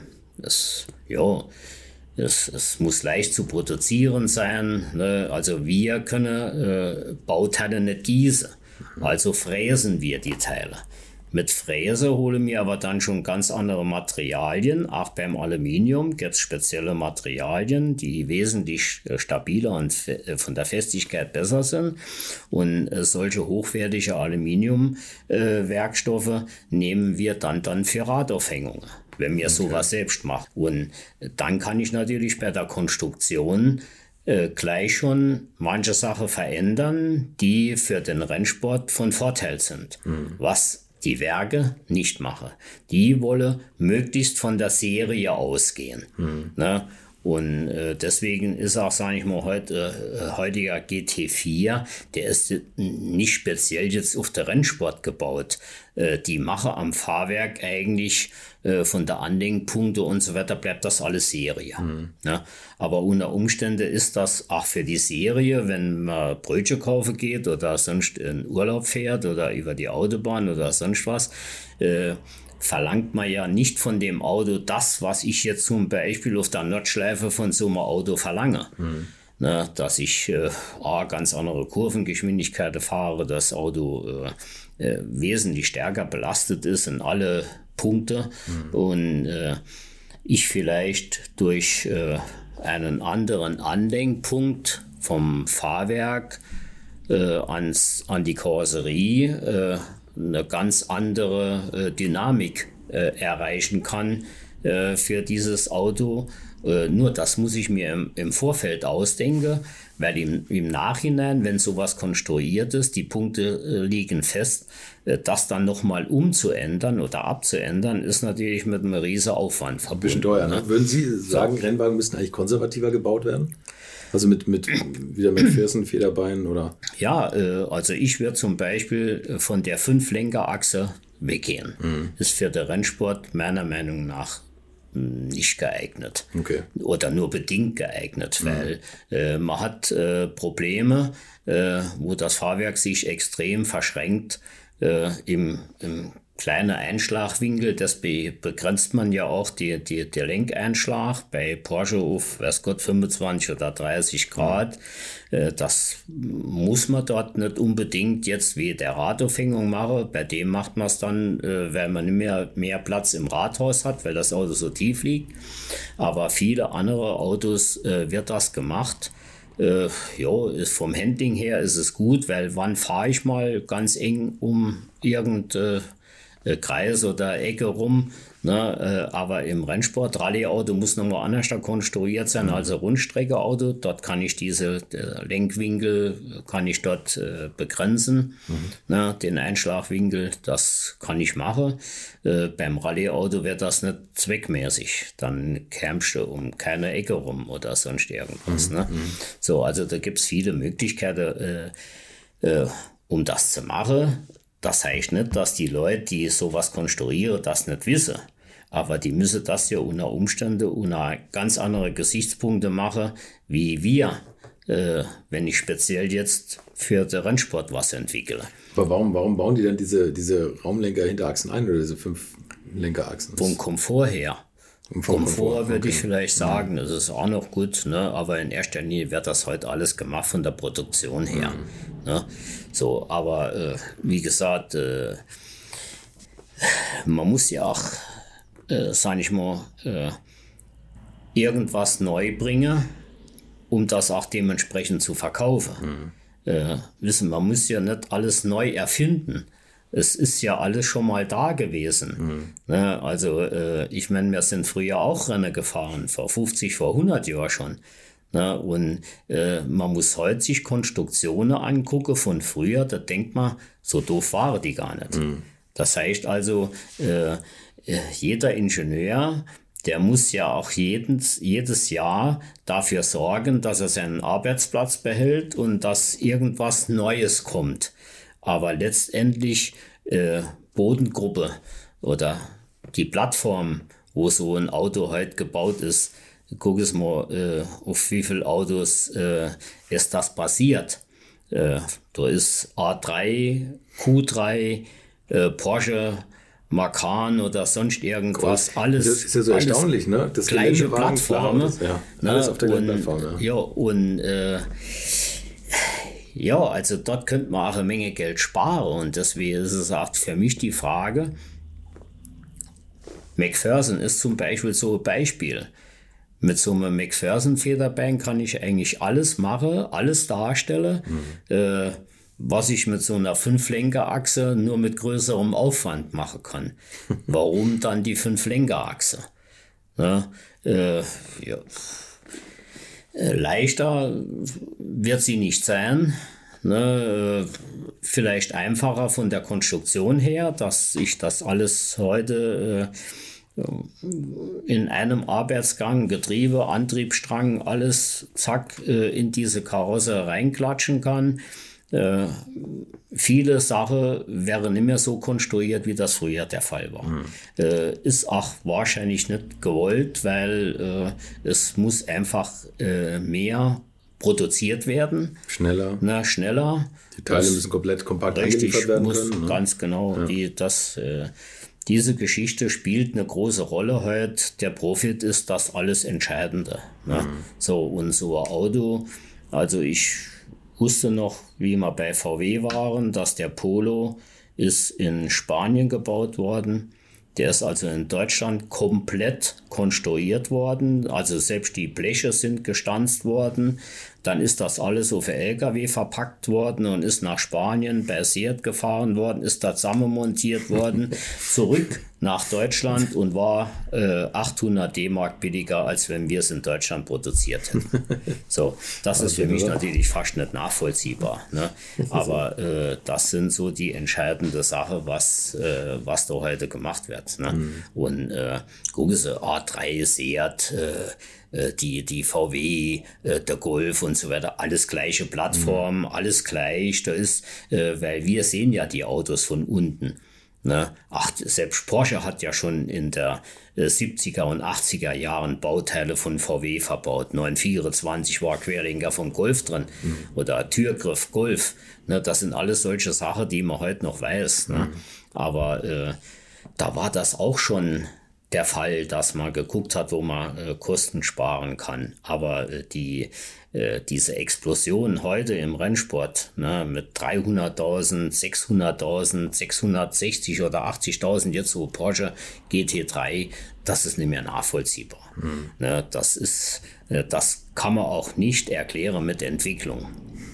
muss leicht zu produzieren sein. Ne? Also wir können Bauteile nicht gießen. Also fräsen wir die Teile. Mit Fräse holen wir aber dann schon ganz andere Materialien. Auch beim Aluminium gibt es spezielle Materialien, die wesentlich stabiler und von der Festigkeit besser sind. Und solche hochwertige Aluminiumwerkstoffe nehmen wir dann für Radaufhängungen, wenn wir sowas selbst machen. Und dann kann ich natürlich bei der Konstruktion gleich schon manche Sachen verändern, die für den Rennsport von Vorteil sind. Was die Werke nicht machen. Die wollen möglichst von der Serie ausgehen. Ne? Und deswegen ist auch, sage ich mal, heutiger GT4, der ist nicht speziell jetzt auf den Rennsport gebaut. Die machen am Fahrwerk eigentlich von der Anlenkpunkte und so weiter bleibt das alles Serie. Ne? Aber unter Umständen ist das auch für die Serie, wenn man Brötchen kaufen geht oder sonst in Urlaub fährt oder über die Autobahn oder sonst was, verlangt man ja nicht von dem Auto das, was ich jetzt zum Beispiel auf der Nordschleife von so einem Auto verlange. Ne, dass ich ganz andere Kurvengeschwindigkeiten fahre, das Auto wesentlich stärker belastet ist in alle Punkte und ich vielleicht durch einen anderen Anlenkpunkt vom Fahrwerk an die Karosserie eine ganz andere Dynamik erreichen kann für dieses Auto. Nur das muss ich mir im Vorfeld ausdenken, weil im Nachhinein, wenn sowas konstruiert ist, die Punkte liegen fest, das dann nochmal umzuändern oder abzuändern, ist natürlich mit einem riesen Aufwand verbunden. Ein bisschen teuer, ne? Würden Sie sagen, Rennwagen müssten eigentlich konservativer gebaut werden? Also wieder mit Fersen, Federbeinen oder? Ja, also ich würde zum Beispiel von der 5-Lenker-Achse weggehen. Ist für den Rennsport meiner Meinung nach nicht geeignet. Okay. Oder nur bedingt geeignet, weil man hat Probleme, wo das Fahrwerk sich extrem verschränkt im kleinen Einschlagwinkel. Das begrenzt man ja auch, der Lenkeinschlag bei Porsche auf, weiß Gott, 25 oder 30 Grad. Das muss man dort nicht unbedingt jetzt wie der Radaufhängung machen. Bei dem macht man es dann, weil man nicht mehr Platz im Rathaus hat, weil das Auto so tief liegt. Aber viele andere Autos wird das gemacht. Ist vom Handling her ist es gut, weil wann fahre ich mal ganz eng um irgendeinen Kreis oder Ecke rum, ne? Aber im Rennsport, Rallye-Auto muss nochmal anders konstruiert sein als ein Rundstrecke-Auto. Dort kann ich diese Lenkwinkel begrenzen, ne? Den Einschlagwinkel, das kann ich machen. Beim Rallye-Auto wird das nicht zweckmäßig. Dann kämst du um keine Ecke rum oder sonst irgendwas. Ne? So, also da gibt es viele Möglichkeiten, um das zu machen. Das heißt nicht, dass die Leute, die sowas konstruieren, das nicht wissen. Aber die müssen das ja unter Umständen unter ganz andere Gesichtspunkte machen, wie wir, wenn ich speziell jetzt für den Rennsport was entwickle. Aber warum bauen die dann diese Raumlenker-Hinterachsen ein oder diese 5-Lenkerachsen? Vom Komfort her. Komfort würde ich vielleicht sagen, das ist auch noch gut, ne? Aber in erster Linie wird das heute alles gemacht von der Produktion her. Ne? So, aber wie gesagt, man muss ja auch, sag ich mal, irgendwas neu bringen, um das auch dementsprechend zu verkaufen. Man muss ja nicht alles neu erfinden. Es ist ja alles schon mal da gewesen. Ne? Also ich meine, wir sind früher auch Rennen gefahren, vor 50, vor 100 Jahren schon. Ne? Und man muss heute sich Konstruktionen angucken von früher, da denkt man, so doof waren die gar nicht. Das heißt also, jeder Ingenieur, der muss ja auch jedes Jahr dafür sorgen, dass er seinen Arbeitsplatz behält und dass irgendwas Neues kommt. Aber letztendlich Bodengruppe oder die Plattform, wo so ein Auto heute gebaut ist, guck es mal, auf wie viele Autos ist das basiert. Da ist A3, Q3, Porsche, Macan oder sonst irgendwas, alles. Das ist ja so erstaunlich, ne? Das gleiche Plattform. Alles auf der gleichen Plattform. Ja, und also dort könnte man auch eine Menge Geld sparen. Und deswegen ist es auch für mich die Frage, McPherson ist zum Beispiel so ein Beispiel. Mit so einem McPherson Federbank kann ich eigentlich alles machen, alles darstellen, was ich mit so einer 5-Lenker-Achse nur mit größerem Aufwand machen kann. Warum dann die 5-Lenker-Achse? Leichter wird sie nicht sein. Vielleicht einfacher von der Konstruktion her, dass ich das alles heute in einem Arbeitsgang, Getriebe, Antriebsstrang, alles zack in diese Karosse reinklatschen kann. Viele Sachen wären nicht mehr so konstruiert, wie das früher der Fall war. Ist auch wahrscheinlich nicht gewollt, weil es muss einfach mehr produziert werden. Schneller. Schneller. Die Teile müssen komplett kompakt angeliefert werden können. Ganz genau. Ja. Diese Geschichte spielt eine große Rolle heute. Der Profit ist das alles Entscheidende. So, und so ein Auto, also ich wusste noch, wie wir bei VW waren, dass der Polo ist in Spanien gebaut worden. Der ist also in Deutschland komplett konstruiert worden. Also selbst die Bleche sind gestanzt worden. Dann ist das alles auf LKW verpackt worden und ist nach Spanien bei Seat gefahren worden, ist da zusammenmontiert worden, zurück nach Deutschland und war 800 D-Mark billiger, als wenn wir es in Deutschland produziert hätten. So, das ist für mich natürlich fast nicht nachvollziehbar. Ne? Aber das sind so die entscheidende Sache, was da heute gemacht wird. Ne? Und gucken Sie, A3, Seat, die VW, der Golf und so weiter, alles gleiche Plattform, alles gleich. Da ist, weil wir sehen ja die Autos von unten. Ne? Selbst Porsche hat ja schon in der 70er und 80er Jahren Bauteile von VW verbaut. 924 war Querlenker vom Golf drin oder Türgriff Golf. Ne? Das sind alles solche Sachen, die man heute noch weiß. Ne? Aber da war das auch schon der Fall, dass man geguckt hat, wo man Kosten sparen kann. Aber diese Explosion heute im Rennsport, ne, mit 300.000, 600.000, 660 oder 80.000, jetzt so Porsche GT3, das ist nicht mehr nachvollziehbar. Ne, das kann man auch nicht erklären mit Entwicklung.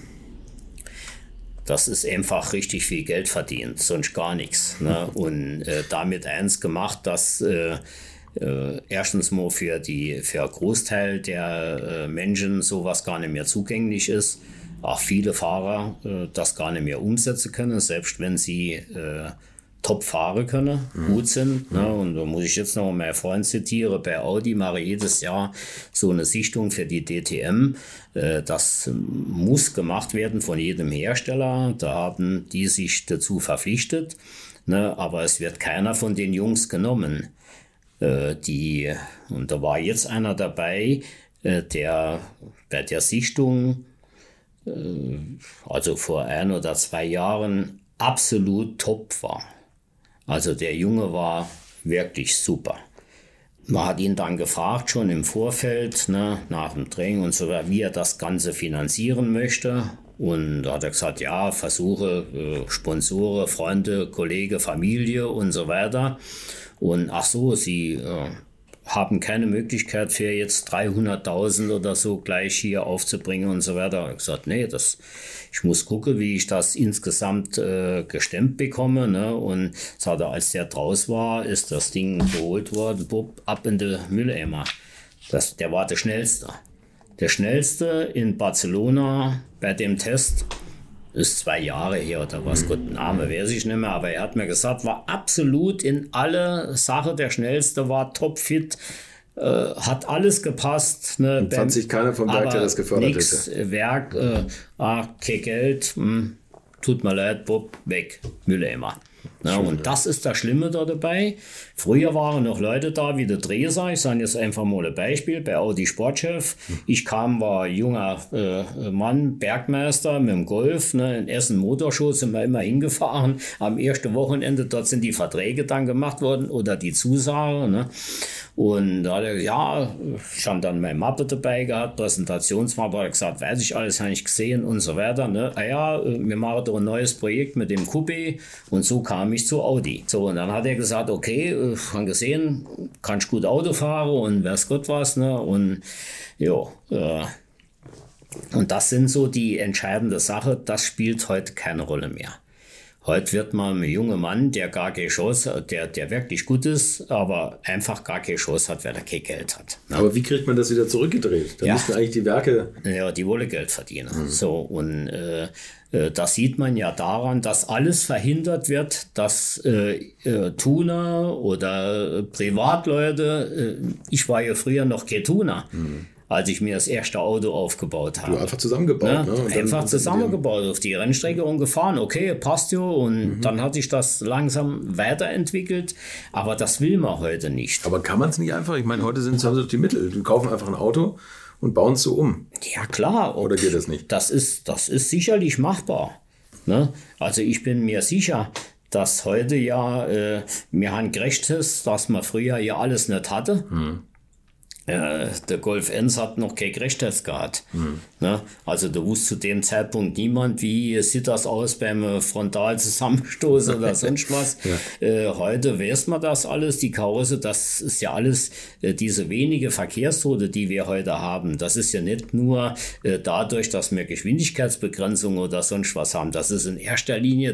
Das ist einfach richtig viel Geld verdient, sonst gar nichts. Ne? Und damit eins gemacht, dass erstens mal für einen Großteil der Menschen sowas gar nicht mehr zugänglich ist. Auch viele Fahrer das gar nicht mehr umsetzen können, selbst wenn sie top fahren können, gut sind. Ne? Und da muss ich jetzt noch meinen Freund zitieren, bei Audi mache ich jedes Jahr so eine Sichtung für die DTM. Das muss gemacht werden von jedem Hersteller. Da haben die sich dazu verpflichtet. Ne? Aber es wird keiner von den Jungs genommen. Und da war jetzt einer dabei, der bei der Sichtung, also vor 1 oder 2 Jahren, absolut top war. Also der Junge war wirklich super. Man hat ihn dann gefragt, schon im Vorfeld, ne, nach dem Training und so weiter, wie er das Ganze finanzieren möchte. Und da hat er gesagt, ja, Versuche, Sponsoren, Freunde, Kollege, Familie und so weiter. Und ach so, sie haben keine Möglichkeit für jetzt 300.000 oder so gleich hier aufzubringen und so weiter. Ich habe gesagt, nee, ich muss gucken, wie ich das insgesamt gestemmt bekomme. Ne? Und sagte, als der draus war, ist das Ding geholt worden, ab in die Mülleimer. Der war der Schnellste. Der Schnellste in Barcelona bei dem Test. Ist 2 Jahre her oder was, Gott, Name weiß ich nicht mehr, aber er hat mir gesagt, war absolut in alle Sachen der Schnellste, war topfit, hat alles gepasst. Ne, und fand sich keiner vom Werk, der das gefördert hätte. Werk, kein Geld, tut mir leid, Bob, weg, Mülleimer. Ja, und das ist das Schlimme da dabei. Früher waren noch Leute da wie der Dreser. Ich sage jetzt einfach mal ein Beispiel. Bei Audi Sportchef. Ich war junger Mann, Bergmeister mit dem Golf. Ne, in Essen Motorshow sind wir immer hingefahren. Am ersten Wochenende, dort sind die Verträge dann gemacht worden oder die Zusage. Ne. Und da hat er gesagt, ich habe dann meine Mappe dabei gehabt, Präsentationsmappe, hat er gesagt, weiß ich alles, habe ich gesehen und so weiter. Ne. Wir machen doch ein neues Projekt mit dem Coupé und so kam ich zu Audi. So, und dann hat er gesagt, okay, haben gesehen, kannst gut Auto fahren und weiß Gott was. Ne. Und ja, und das sind so die entscheidende Sache, das spielt heute keine Rolle mehr. Heute wird man ein junger Mann, der gar keine Chance hat, der wirklich gut ist, aber einfach gar keine Chance hat, weil er kein Geld hat. Ne? Aber wie kriegt man das wieder zurückgedreht? Da müssten eigentlich die Werke... Ja, die wollen Geld verdienen. So, und das sieht man ja daran, dass alles verhindert wird, dass Tuner oder Privatleute, ich war ja früher noch kein Tuner, als ich mir das erste Auto aufgebaut habe. Du einfach zusammengebaut. Ja, ne? Einfach zusammengebaut, auf die Rennstrecke und gefahren. Okay, passt ja. Und dann hat sich das langsam weiterentwickelt. Aber das will man heute nicht. Aber kann man es nicht einfach? Ich meine, heute haben sie doch die Mittel. Die kaufen einfach ein Auto und bauen es so um. Ja, klar. Oder geht das nicht? Das ist sicherlich machbar. Ne? Also ich bin mir sicher, dass heute wir haben gerechtes, dass man früher ja alles nicht hatte. Der Golf 1 hat noch kein Crashtest gehabt. Ne? Also da wusste zu dem Zeitpunkt niemand, wie sieht das aus beim Frontalzusammenstoß oder sonst was. Heute weiß man das alles, die Karosse, das ist ja alles diese wenige Verkehrstote, die wir heute haben. Das ist ja nicht nur dadurch, dass wir Geschwindigkeitsbegrenzung oder sonst was haben. Das ist in erster Linie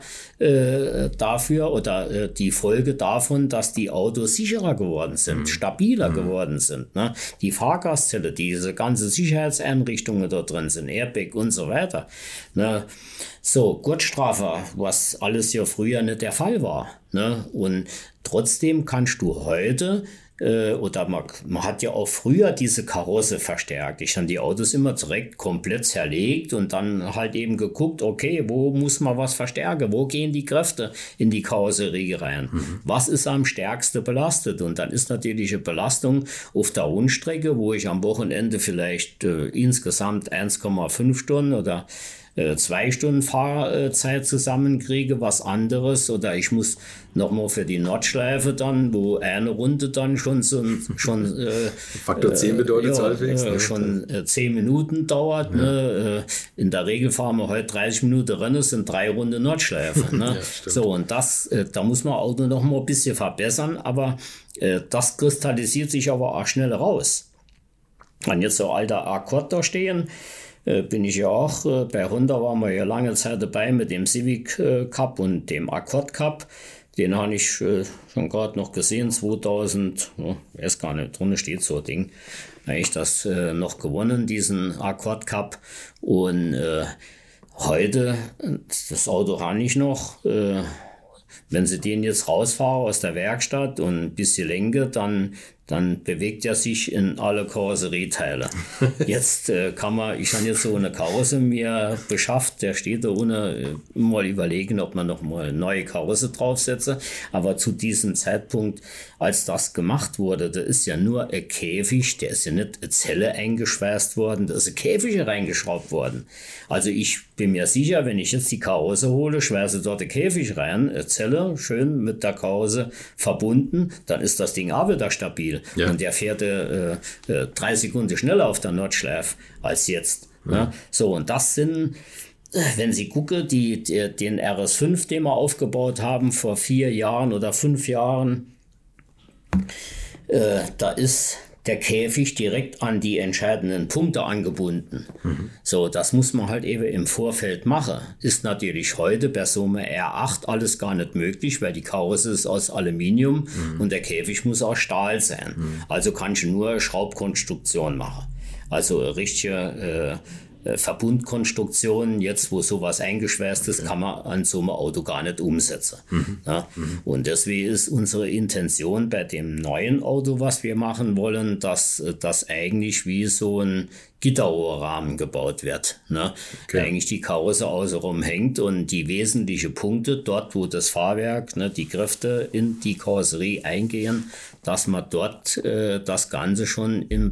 dafür oder die Folge davon, dass die Autos sicherer geworden sind, stabiler geworden sind. Ne? Die Fahrgastzelle, diese ganze Sicherheitseinrichtungen da drin sind, Airbag und so weiter. Ne? So, Gurtstrafe, was alles ja früher nicht der Fall war. Ne? Und trotzdem kannst du heute oder man hat ja auch früher diese Karosse verstärkt. Ich habe die Autos immer direkt komplett zerlegt und dann halt eben geguckt, okay, wo muss man was verstärken? Wo gehen die Kräfte in die Karosserie rein? Was ist am stärksten belastet? Und dann ist natürlich eine Belastung auf der Rundstrecke, wo ich am Wochenende vielleicht insgesamt 1,5 Stunden oder 2 Stunden Fahrzeit zusammenkriege, was anderes, oder ich muss nochmal für die Nordschleife dann, wo eine Runde dann schon Faktor 10 bedeutet es halbwegs. Schon 10 Minuten dauert. Ja. Ne? In der Regel fahren wir heute 30 Minuten Rennen, sind 3 Runden Nordschleife. Ne? Ja, so, und das, da muss man Auto noch mal ein bisschen verbessern, aber das kristallisiert sich aber auch schnell raus. Wenn jetzt so alter Accord da stehen, bin ich ja auch, bei Honda waren wir ja lange Zeit dabei mit dem Civic Cup und dem Accord Cup. Den habe ich schon gerade noch gesehen, 2000, weiß gar nicht, drunter steht so ein Ding. Da habe ich das noch gewonnen, diesen Accord Cup. Und heute, das Auto habe ich noch, wenn sie den jetzt rausfahren aus der Werkstatt und ein bisschen lenke, dann bewegt er sich in alle Karosserieteile. Jetzt ich habe jetzt so eine Karosse mir beschafft, der steht da ohne, mal überlegen, ob man noch mal eine neue Karosse draufsetze. Aber zu diesem Zeitpunkt, als das gemacht wurde, da ist ja nur ein Käfig, der ist ja nicht eine Zelle eingeschweißt worden, da ist ein Käfig reingeschraubt worden. Also ich bin mir sicher, wenn ich jetzt die Karosse hole, schweiße dort ein Käfig rein, eine Zelle, schön mit der Karosse verbunden, dann ist das Ding auch wieder stabil. Ja. Und der fährt 3 Sekunden schneller auf der Nordschleife als jetzt. Ja. Ne? So, und das sind, wenn Sie gucken, den RS5, den wir aufgebaut haben vor 4 Jahren oder 5 Jahren, da ist der Käfig direkt an die entscheidenden Punkte angebunden. So, das muss man halt eben im Vorfeld machen. Ist natürlich heute bei so einem R8 alles gar nicht möglich, weil die Karosse ist aus Aluminium und der Käfig muss aus Stahl sein. Also kann ich nur Schraubkonstruktion machen. Also richtige Verbundkonstruktionen, jetzt wo sowas eingeschweißt ist, kann man an so einem Auto gar nicht umsetzen. Ja? Und deswegen ist unsere Intention bei dem neuen Auto, was wir machen wollen, dass das eigentlich wie so ein gitterhoher Rahmen gebaut wird. Ne? Okay. Eigentlich die Karosse außenrum hängt und die wesentlichen Punkte, dort wo das Fahrwerk, ne, die Kräfte in die Karosserie eingehen, dass man dort das Ganze schon in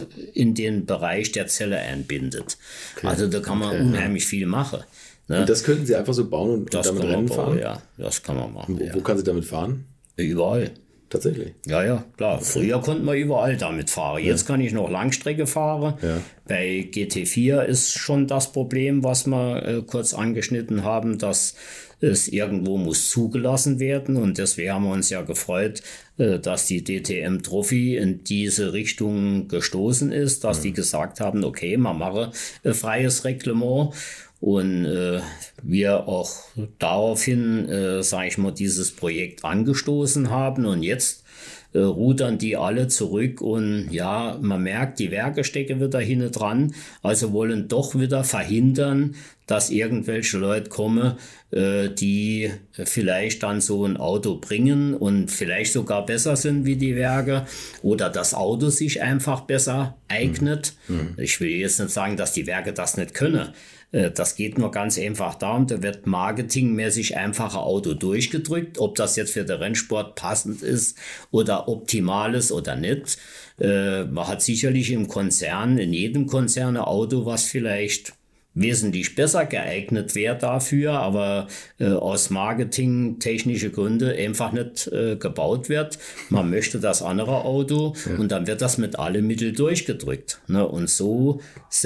den Bereich der Zelle einbindet. Okay. Also da kann man unheimlich viel machen. Ne? Und das könnten Sie einfach so bauen und damit Rennen fahren? Ja, das kann man machen. Wo kann Sie damit fahren? Überall. Tatsächlich? Ja, klar. Okay. Früher konnte man überall damit fahren. Jetzt kann ich noch Langstrecke fahren. Ja. Bei GT4 ist schon das Problem, was wir kurz angeschnitten haben, dass es irgendwo muss zugelassen werden. Und deswegen haben wir uns ja gefreut, dass die DTM Trophy in diese Richtung gestoßen ist, dass die gesagt haben, okay, man mache freies Reglement. Und wir auch daraufhin, sage ich mal, dieses Projekt angestoßen haben. Und jetzt rudern die alle zurück. Und ja, man merkt, die Werke stecken wieder hinten dran. Also wollen doch wieder verhindern, dass irgendwelche Leute kommen, die vielleicht dann so ein Auto bringen und vielleicht sogar besser sind wie die Werke oder das Auto sich einfach besser eignet. Ich will jetzt nicht sagen, dass die Werke das nicht können. Das geht nur ganz einfach darum, da wird marketingmäßig einfach ein Auto durchgedrückt, ob das jetzt für den Rennsport passend ist oder optimal ist oder nicht. Man hat sicherlich im Konzern, in jedem Konzern ein Auto, was vielleicht wesentlich besser geeignet wäre dafür, aber aus marketingtechnischen Gründen einfach nicht gebaut wird. Man möchte das andere Auto und dann wird das mit allen Mitteln durchgedrückt. Ne? Und so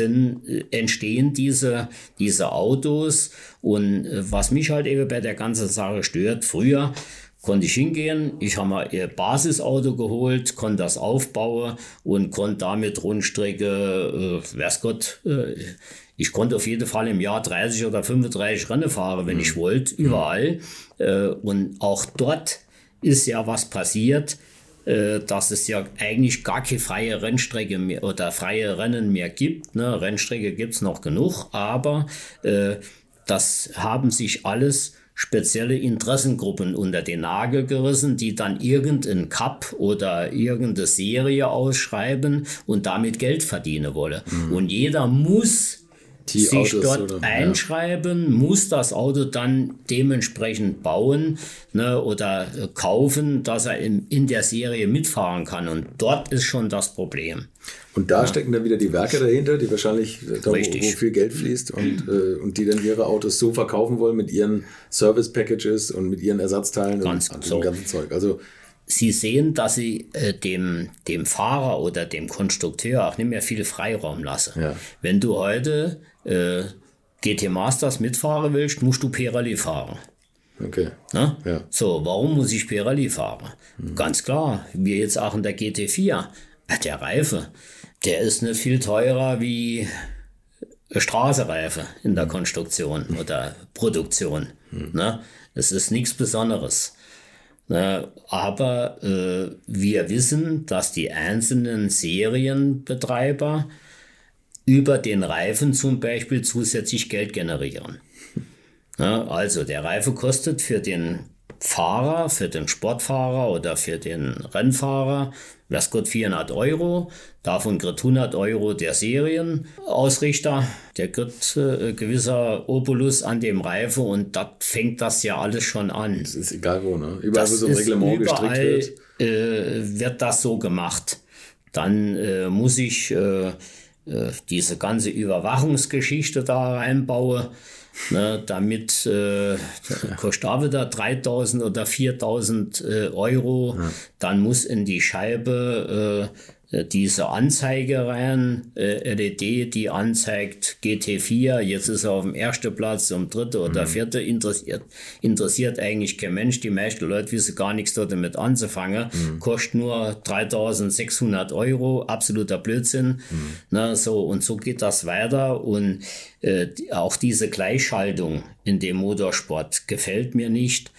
entstehen diese Autos. Und was mich halt eben bei der ganzen Sache stört, früher konnte ich hingehen, ich habe mal ein Basisauto geholt, konnte das aufbauen und konnte damit Rundstrecke, weiß Gott, ich konnte auf jeden Fall im Jahr 30 oder 35 Rennen fahren, wenn ich wollte, überall. Und auch dort ist ja was passiert, dass es ja eigentlich gar keine freie Rennstrecke mehr oder freie Rennen mehr gibt. Ne? Rennstrecke gibt es noch genug, aber das haben sich alles spezielle Interessengruppen unter den Nagel gerissen, die dann irgendeinen Cup oder irgendeine Serie ausschreiben und damit Geld verdienen wollen. Und jeder muss sich Autos dort einschreiben, muss das Auto dann dementsprechend bauen, ne, oder kaufen, dass er in der Serie mitfahren kann. Und dort ist schon das Problem. Und da stecken dann wieder die Werke dahinter, die wahrscheinlich da, wo viel Geld fließt und die dann ihre Autos so verkaufen wollen mit ihren Service-Packages und mit ihren Ersatzteilen und dem ganzen Zeug. Also Sie sehen, dass Sie dem Fahrer oder dem Konstrukteur auch nicht mehr viel Freiraum lassen. Ja. Wenn du heute GT Masters mitfahren willst, musst du Pirelli fahren. Okay. Ja? So, warum muss ich Pirelli fahren? Ganz klar, wir jetzt auch in der GT4. Der Reifen, der ist nicht viel teurer wie Straßenreifen in der Konstruktion oder Produktion. Ne? Es ist nichts Besonderes. Aber wir wissen, dass die einzelnen Serienbetreiber über den Reifen zum Beispiel zusätzlich Geld generieren. Also der Reifen kostet für den Fahrer, für den Sportfahrer oder für den Rennfahrer, was Gott 400 €, davon kriegt 100 € der Serienausrichter, der kriegt gewisser Obolus an dem Reifen und da fängt das ja alles schon an. Das ist egal wo, ne? Überall, wo so ein Reglement gestrickt wird. Wird das so gemacht. Dann muss ich diese ganze Überwachungsgeschichte da reinbauen, ne, damit kostet da wieder 3.000 oder 4.000 €. Ja. Dann muss in die Scheibe diese Anzeige rein, LED, die anzeigt GT4, jetzt ist er auf dem ersten Platz, um dritte oder vierte, interessiert eigentlich kein Mensch. Die meisten Leute wissen gar nichts damit anzufangen. Kostet nur 3.600 €, absoluter Blödsinn. Na, so, und so geht das weiter. Und auch diese Gleichschaltung in dem Motorsport gefällt mir nicht,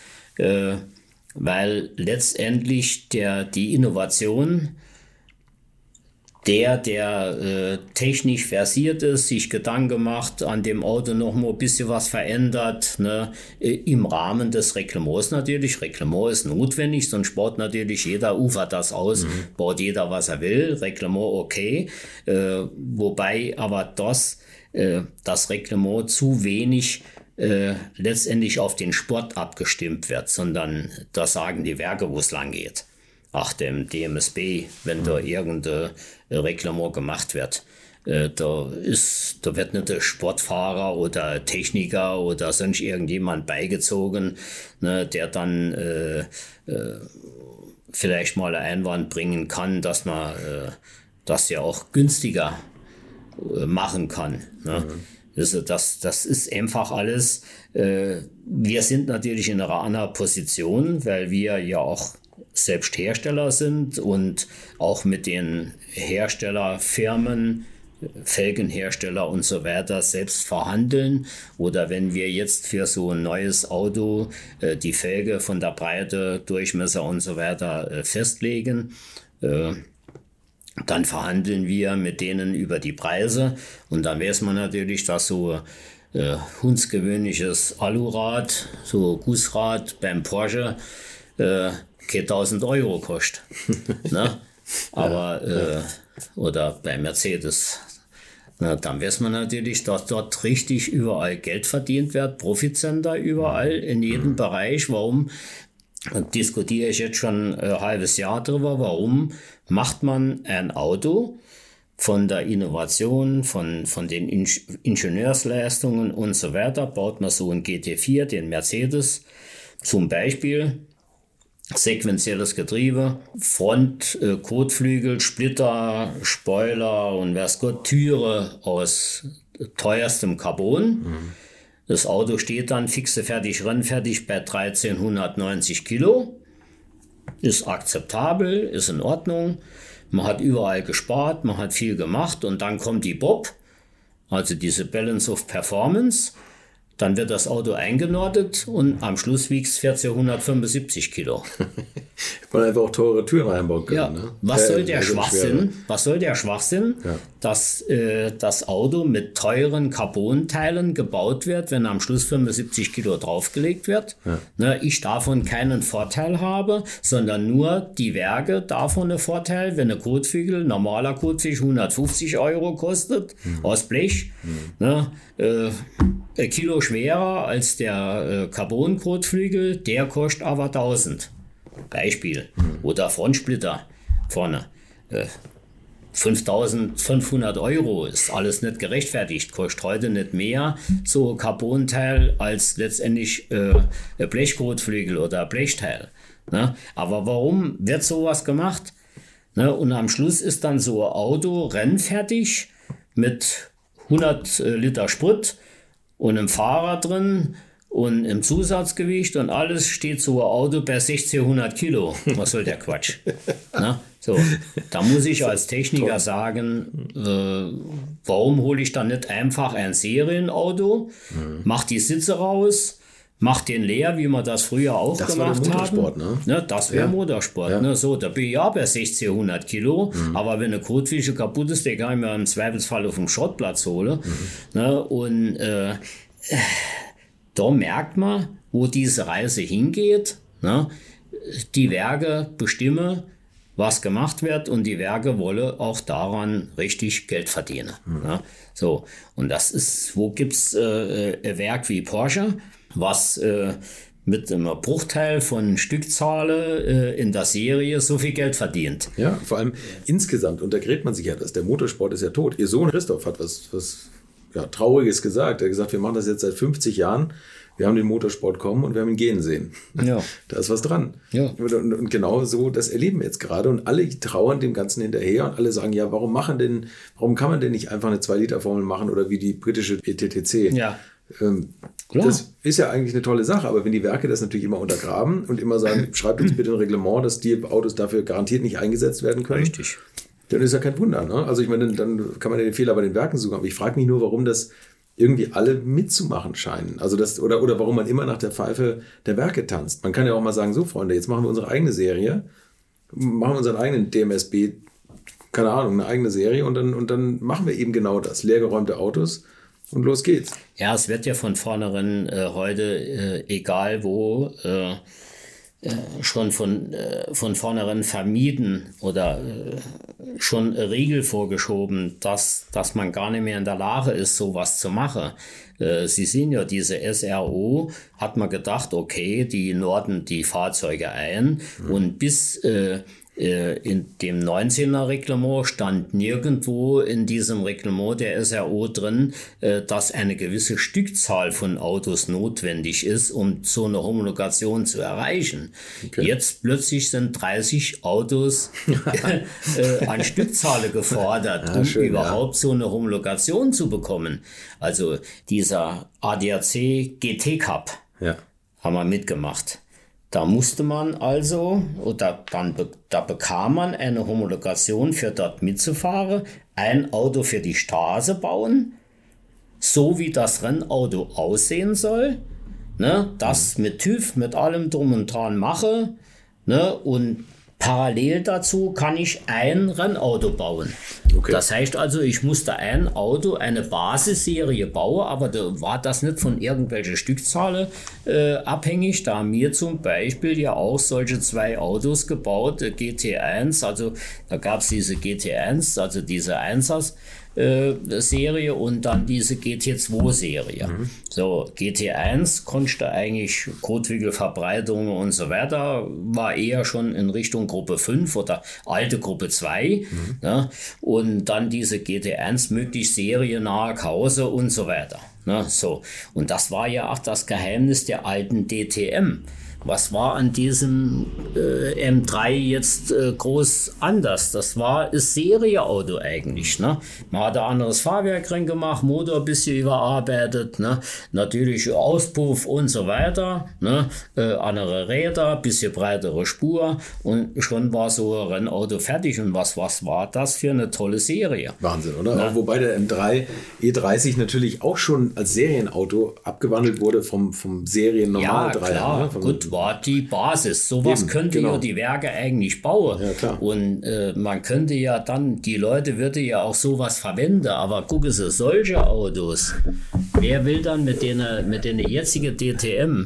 weil letztendlich die Innovation der technisch versiert ist, sich Gedanken macht, an dem Auto noch mal ein bisschen was verändert, ne? Im Rahmen des Reglements natürlich. Reglement ist notwendig, sonst baut natürlich jeder ufert das aus, baut jeder, was er will. Reglement okay, wobei aber das Reglement zu wenig letztendlich auf den Sport abgestimmt wird, sondern das sagen die Werke, wo es lang geht. Ach, dem DMSB, wenn da irgendein Reglement gemacht wird, da wird nicht der Sportfahrer oder Techniker oder sonst irgendjemand beigezogen, ne, der dann vielleicht mal einen Einwand bringen kann, dass man das ja auch günstiger machen kann. Ne? Also das ist einfach alles. Wir sind natürlich in einer anderen Position, weil wir ja auch selbst Hersteller sind und auch mit den Herstellerfirmen, Felgenhersteller und so weiter selbst verhandeln. Oder wenn wir jetzt für so ein neues Auto die Felge von der Breite, Durchmesser und so weiter festlegen, dann verhandeln wir mit denen über die Preise und dann weiß man natürlich, dass so hundsgewöhnliches Alurad, so Gussrad beim Porsche, 1000 Euro kostet. Ne? Aber, oder bei Mercedes. Na, dann weiß man natürlich, dass dort richtig überall Geld verdient wird, Profitcenter überall, in jedem Bereich. Warum? Diskutiere ich jetzt schon ein halbes Jahr drüber. Warum macht man ein Auto von der Innovation, von den Ingenieursleistungen und so weiter, baut man so ein GT4, den Mercedes, zum Beispiel sequenzielles Getriebe, Front, Kotflügel, Splitter, Spoiler und weiß Gott, Türe aus teuerstem Carbon. Das Auto steht dann fixe fertig, rennfertig bei 1390 Kilo. Ist akzeptabel, ist in Ordnung. Man hat überall gespart, man hat viel gemacht und dann kommt die BOP, also diese Balance of Performance. Dann wird das Auto eingenordet und am Schluss wiegt es 1475 Kilo. Man einfach auch teure Türen reinbauen können. Ja. Ne? Was soll der Schwachsinn? Was soll der Schwachsinn, ja, dass das Auto mit teuren Carbon-Teilen gebaut wird, wenn am Schluss 75 Kilo draufgelegt wird? Ja. Ne, ich davon keinen Vorteil habe, sondern nur die Werke davon einen Vorteil, wenn ein Kotflügel, normaler Kotflügel 150 Euro kostet, aus Blech, ne, ein Kilo schwerer als der Carbon-Kotflügel, der kostet aber 1000. Beispiel. Oder Frontsplitter vorne. 5.500 Euro ist alles nicht gerechtfertigt. Kostet heute nicht mehr so Carbon-Teil als letztendlich ein Blechkotflügel oder ein Blechteil. Ne? Aber warum wird sowas gemacht? Ne? Und am Schluss ist dann so ein Auto rennfertig mit 100 Liter Sprit und einem Fahrer drin und im Zusatzgewicht und alles steht so ein Auto bei 1600 Kilo. Was soll der Quatsch? Na, so, da muss ich als Techniker sagen, warum hole ich dann nicht einfach ein Serienauto, mach die Sitze raus, mach den leer, wie wir das früher auch das gemacht war der Motorsport, haben. Ne, das wäre Motorsport. Ja. Ne, so, da bin ich ja bei 1600 Kilo, aber wenn eine Kotfische kaputt ist, den kann ich mir im Zweifelsfall auf dem Schrottplatz holen. Ne, und da merkt man, wo diese Reise hingeht. Ne? Die Werke bestimmen, was gemacht wird und die Werke wollen auch daran richtig Geld verdienen. Ne? So, und das ist, wo gibt es ein Werk wie Porsche, was mit einem Bruchteil von Stückzahl in der Serie so viel Geld verdient. Ja, vor allem insgesamt untergräbt man sich ja das. Der Motorsport ist ja tot. Ihr Sohn Christoph hat was Trauriges gesagt. Er hat gesagt, wir machen das jetzt seit 50 Jahren. Wir haben den Motorsport kommen und wir haben ihn gehen sehen. Ja. Da ist was dran. Ja. Und genau so, das erleben wir jetzt gerade. Und alle trauern dem Ganzen hinterher und alle sagen, ja, warum kann man denn nicht einfach eine 2-Liter-Formel machen oder wie die britische ETTC? Ja. Das ist ja eigentlich eine tolle Sache, aber wenn die Werke das natürlich immer untergraben und immer sagen, schreibt uns bitte ein Reglement, dass die Autos dafür garantiert nicht eingesetzt werden können. Richtig. Dann ist ja kein Wunder. Ne? Also ich meine, dann kann man ja den Fehler bei den Werken suchen. Aber ich frage mich nur, warum das irgendwie alle mitzumachen scheinen. Also das, oder warum man immer nach der Pfeife der Werke tanzt. Man kann ja auch mal sagen, so Freunde, jetzt machen wir unsere eigene Serie, machen wir unseren eigenen DMSB, keine Ahnung, eine eigene Serie und dann machen wir eben genau das. Leergeräumte Autos und los geht's. Ja, es wird ja von vornherein heute, egal wo, schon von vornherein vermieden oder schon eine Regel vorgeschoben, dass man gar nicht mehr in der Lage ist, sowas zu machen. Sie sehen ja, diese SRO hat man gedacht, okay, die norden die Fahrzeuge ein und bis in dem 19er Reglement stand nirgendwo in diesem Reglement der SRO drin, dass eine gewisse Stückzahl von Autos notwendig ist, um so eine Homologation zu erreichen. Okay. Jetzt plötzlich sind 30 Autos an Stückzahl gefordert, um überhaupt so eine Homologation zu bekommen. Also dieser ADAC GT Cup haben wir mitgemacht. Da musste man also, da bekam man eine Homologation für dort mitzufahren, ein Auto für die Straße bauen, so wie das Rennauto aussehen soll, ne, das mit TÜV, mit allem drum und dran mache, ne, und parallel dazu kann ich ein Rennauto bauen. Okay. Das heißt also, ich musste ein Auto, eine Basisserie bauen, aber da war das nicht von irgendwelchen Stückzahlen abhängig. Da haben wir zum Beispiel ja auch solche 2 Autos gebaut, GT1, also da gab es diese GT1, also diese 1ers Serie und dann diese GT2-Serie. So, GT1 konnte eigentlich Kotwickelverbreitung und so weiter, war eher schon in Richtung Gruppe 5 oder alte Gruppe 2. Ne? Und dann diese GT1 möglichst seriennahe Kause und so weiter. Ne? So. Und das war ja auch das Geheimnis der alten DTM. Was war an diesem M3 jetzt groß anders? Das war ein Serieauto eigentlich. Ne? Man hat ein anderes Fahrwerk drin gemacht, Motor ein bisschen überarbeitet, ne? Natürlich Auspuff und so weiter, ne? Andere Räder, bisschen breitere Spur und schon war so ein Rennauto fertig. Und was war das für eine tolle Serie? Wahnsinn, oder? Ja. Wobei der M3 E30 natürlich auch schon als Serienauto abgewandelt wurde vom Serien-Normal 3. Klar, ne? Gut, war die Basis. Sowas könnte ja die Werke eigentlich bauen. Ja, klar. Und man könnte ja dann, die Leute würde ja auch sowas verwenden, aber gucken Sie, solche Autos, wer will dann mit den jetzigen DTM,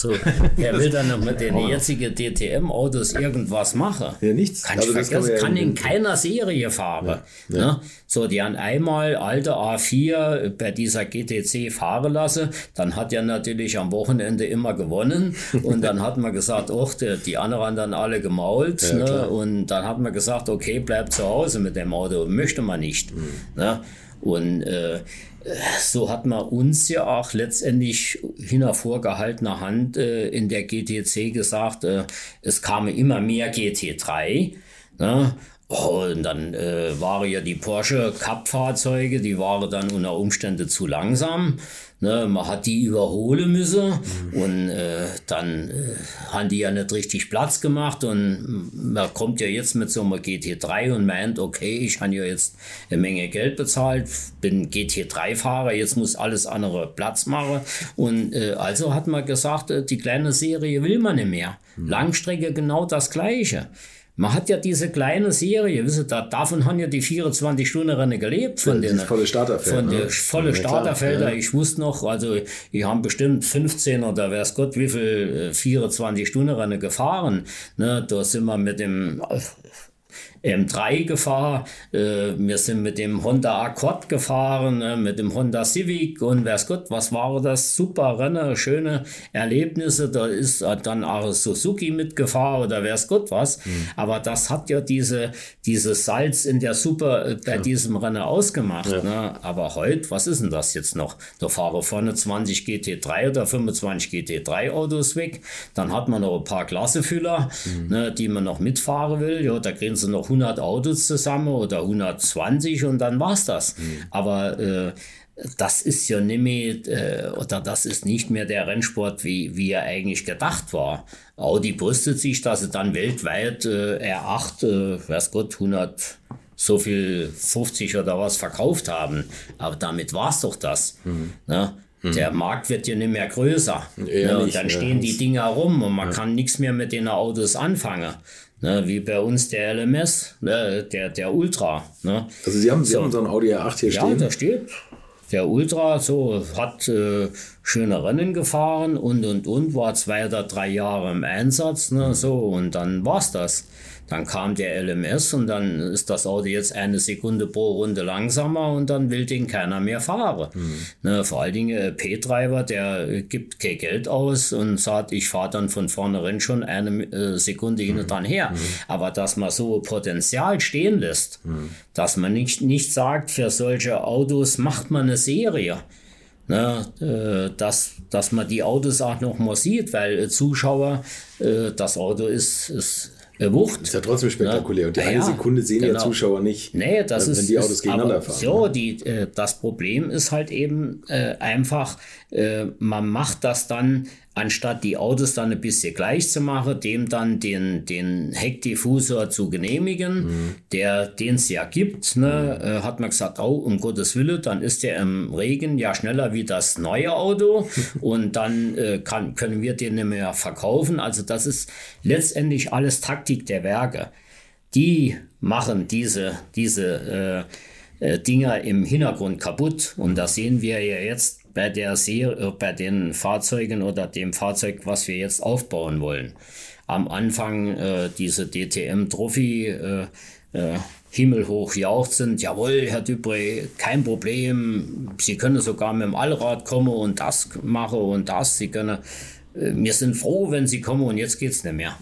wer will dann noch mit den jetzigen DTM-Autos irgendwas machen? Ja, nichts. Kann ich vergessen, kann in keiner Serie fahren. Ja. Ne? So, die haben einmal alte A4 bei dieser GTC fahren lassen, dann hat er natürlich am Wochenende immer gewonnen und dann hat man gesagt, die anderen haben dann alle gemault, ja, ne? Und dann hat man gesagt, okay, bleib zu Hause mit dem Auto, möchte man nicht. Ne? Und so hat man uns ja auch letztendlich hinter vorgehaltener Hand in der GTC gesagt, es kamen immer mehr GT3, ne? Und dann waren ja die Porsche Cup-Fahrzeuge, die waren dann unter Umständen zu langsam. Ne, man hat die überholen müssen und dann haben die ja nicht richtig Platz gemacht und man kommt ja jetzt mit so einem GT3 und meint, okay, ich habe ja jetzt eine Menge Geld bezahlt, bin GT3-Fahrer, jetzt muss alles andere Platz machen und also hat man gesagt, die kleine Serie will man nicht mehr. Langstrecke genau das Gleiche. Man hat ja diese kleine Serie, wisst ihr, davon haben ja die 24-Stunden-Rennen gelebt. Von den volle Starterfelder. Von den volle Starterfelder. Ja. Ich wusste noch, also ich habe bestimmt 15 oder weiß Gott wie viel 24-Stunden-Rennen gefahren. Ne, da sind wir mit dem M3 gefahren, wir sind mit dem Honda Accord gefahren, mit dem Honda Civic und weiß Gott, was war das? Super Rennen, schöne Erlebnisse, da ist dann auch Suzuki mitgefahren oder weiß Gott was, aber das hat ja dieses Salz in der Suppe bei diesem Rennen ausgemacht. Ja. Ne? Aber heute, was ist denn das jetzt noch? Da fahren vorne 20 GT3 oder 25 GT3 Autos weg, dann hat man noch ein paar Klassefüller, ne, die man noch mitfahren will, ja, da kriegen sie noch 100 Autos zusammen oder 120 und dann war's das. Aber das ist ja nicht mehr, oder das ist nicht mehr der Rennsport, wie er eigentlich gedacht war. Audi brüstet sich, dass sie dann weltweit R8, weiß Gott, 100 so viel 50 oder was verkauft haben. Aber damit war's doch das. Ne? Der Markt wird ja nicht mehr größer. Und dann stehen die Dinger rum und man kann nichts mehr mit den Autos anfangen. Ne, wie bei uns der LMS, ne, der Ultra. Ne. Also Sie haben unseren Audi R8 hier stehen. Ja, da steht. Der Ultra hat schöne Rennen gefahren und, war 2 oder 3 Jahre im Einsatz, ne, und dann war's das. Dann kam der LMS und dann ist das Auto jetzt 1 Sekunde pro Runde langsamer und dann will den keiner mehr fahren. Ne, vor allen Dingen P-Treiber, der gibt kein Geld aus und sagt, ich fahre dann von vornherein schon 1 Sekunde hinten dran her. Aber dass man so Potenzial stehen lässt, dass man nicht sagt, für solche Autos macht man eine Serie. Ne, dass man die Autos auch noch mal sieht, weil Zuschauer, das Auto ist Wucht. Ist ja trotzdem spektakulär. Und die eine Sekunde sehen ja Zuschauer nicht, nee, das wenn ist, die Autos gegeneinander fahren. So, das Problem ist halt eben einfach, man macht das dann, anstatt die Autos dann ein bisschen gleich zu machen, dem dann den Heckdiffusor zu genehmigen, den es ja gibt, ne, hat man gesagt, oh, um Gottes Willen, dann ist der im Regen ja schneller wie das neue Auto und dann können wir den nicht mehr verkaufen. Also das ist letztendlich alles Taktik der Werke. Die machen diese Dinger im Hintergrund kaputt und das sehen wir ja jetzt bei der Serie, bei den Fahrzeugen oder dem Fahrzeug, was wir jetzt aufbauen wollen. Am Anfang diese DTM-Trophy himmelhoch jauchzend, jawohl, Herr Dupré, kein Problem, Sie können sogar mit dem Allrad kommen und das machen und das, Sie können, wir sind froh, wenn Sie kommen und jetzt geht's nicht mehr.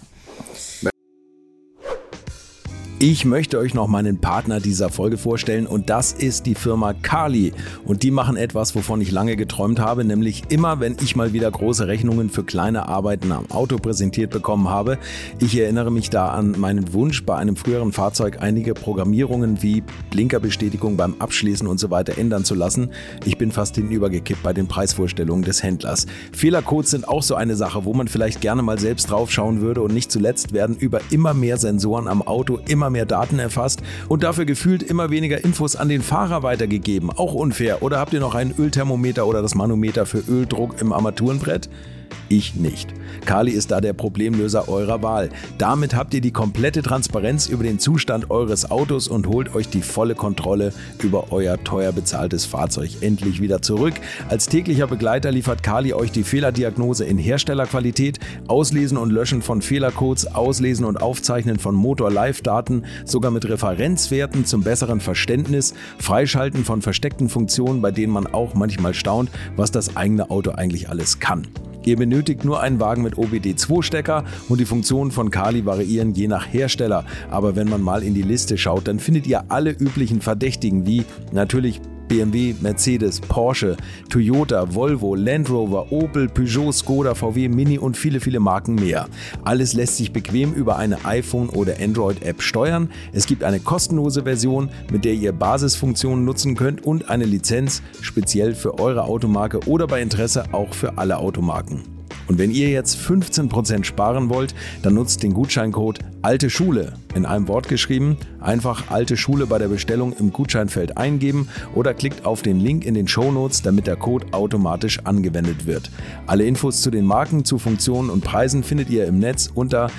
Ich möchte euch noch meinen Partner dieser Folge vorstellen und das ist die Firma Carli. Und die machen etwas, wovon ich lange geträumt habe, nämlich immer, wenn ich mal wieder große Rechnungen für kleine Arbeiten am Auto präsentiert bekommen habe. Ich erinnere mich da an meinen Wunsch, bei einem früheren Fahrzeug einige Programmierungen wie Blinkerbestätigung beim Abschließen und so weiter ändern zu lassen. Ich bin fast hinübergekippt bei den Preisvorstellungen des Händlers. Fehlercodes sind auch so eine Sache, wo man vielleicht gerne mal selbst drauf schauen würde und nicht zuletzt werden über immer mehr Sensoren am Auto immer mehr Daten erfasst und dafür gefühlt immer weniger Infos an den Fahrer weitergegeben. Auch unfair. Oder habt ihr noch einen Ölthermometer oder das Manometer für Öldruck im Armaturenbrett? Ich nicht. Carli ist da der Problemlöser eurer Wahl. Damit habt ihr die komplette Transparenz über den Zustand eures Autos und holt euch die volle Kontrolle über euer teuer bezahltes Fahrzeug endlich wieder zurück. Als täglicher Begleiter liefert Carli euch die Fehlerdiagnose in Herstellerqualität, Auslesen und Löschen von Fehlercodes, Auslesen und Aufzeichnen von Motor-Live-Daten, sogar mit Referenzwerten zum besseren Verständnis, Freischalten von versteckten Funktionen, bei denen man auch manchmal staunt, was das eigene Auto eigentlich alles kann. Ihr benötigt nur einen Wagen mit OBD2-Stecker und die Funktionen von Carli variieren je nach Hersteller. Aber wenn man mal in die Liste schaut, dann findet ihr alle üblichen Verdächtigen wie natürlich BMW, Mercedes, Porsche, Toyota, Volvo, Land Rover, Opel, Peugeot, Skoda, VW, Mini und viele, viele Marken mehr. Alles lässt sich bequem über eine iPhone- oder Android-App steuern. Es gibt eine kostenlose Version, mit der ihr Basisfunktionen nutzen könnt und eine Lizenz speziell für eure Automarke oder bei Interesse auch für alle Automarken. Und wenn ihr jetzt 15% sparen wollt, dann nutzt den Gutscheincode Alte Schule, in einem Wort geschrieben, einfach Alte Schule bei der Bestellung im Gutscheinfeld eingeben oder klickt auf den Link in den Shownotes, damit der Code automatisch angewendet wird. Alle Infos zu den Marken, zu Funktionen und Preisen findet ihr im Netz unter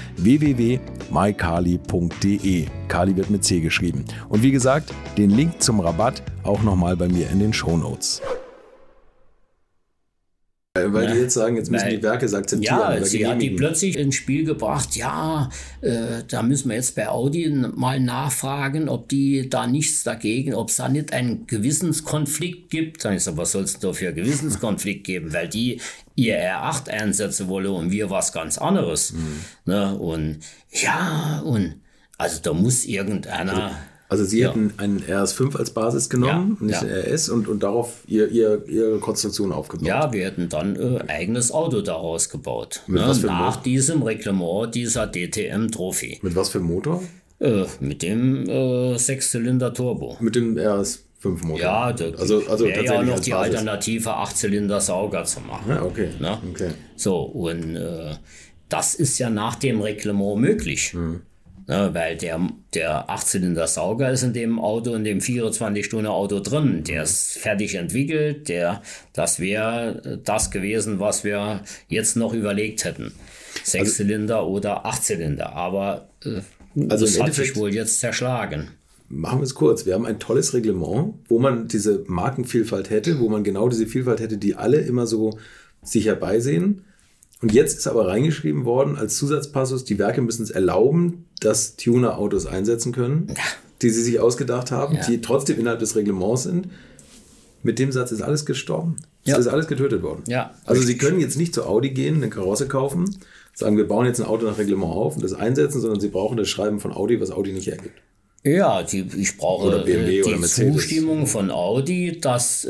www.mycarli.de. Carli wird mit C geschrieben. Und wie gesagt, den Link zum Rabatt auch nochmal bei mir in den Shownotes. Weil die jetzt sagen, jetzt müssen die Werke es akzeptieren. Ja, sie hat die plötzlich ins Spiel gebracht, da müssen wir jetzt bei Audi mal nachfragen, ob die da nichts dagegen, ob es da nicht einen Gewissenskonflikt gibt. Dann ist aber, was soll es da für einen Gewissenskonflikt geben, weil die ihr R8 einsetzen wollen und wir was ganz anderes. Ne? Und also da muss irgendeiner... Also Sie hätten einen RS5 als Basis genommen, nicht den RS, und darauf ihre Konstruktion aufgebaut. Ja, wir hätten dann eigenes Auto daraus gebaut. Nach diesem Reglement dieser DTM-Trophy. Mit was für einem Motor? Mit dem 6-Zylinder-Turbo. Mit dem RS5-Motor? Ja, also wäre ja noch die Alternative, 8-Zylinder-Sauger zu machen. Ja, okay. Okay. So, und das ist ja nach dem Reglement möglich. Ne, weil der 8-Zylinder-Sauger ist in dem Auto, in dem 24-Stunden-Auto drin. Der ist fertig entwickelt. Das wäre das gewesen, was wir jetzt noch überlegt hätten. 6-Zylinder oder 8-Zylinder. Aber Also das hat sich wohl jetzt zerschlagen. Machen wir es kurz. Wir haben ein tolles Reglement, wo man diese Markenvielfalt hätte, wo man genau diese Vielfalt hätte, die alle immer so sich herbeisehen. Und jetzt ist aber reingeschrieben worden als Zusatzpassus, die Werke müssen es erlauben, dass Tuner Autos einsetzen können, die sie sich ausgedacht haben, die trotzdem innerhalb des Reglements sind. Mit dem Satz ist alles gestorben. Es ist alles getötet worden. Ja, also Sie können jetzt nicht zu Audi gehen, eine Karosse kaufen, sagen, wir bauen jetzt ein Auto nach Reglement auf und das einsetzen, sondern Sie brauchen das Schreiben von Audi, was Audi nicht hergibt. Ja, ich brauche die Zustimmung von Audi, dass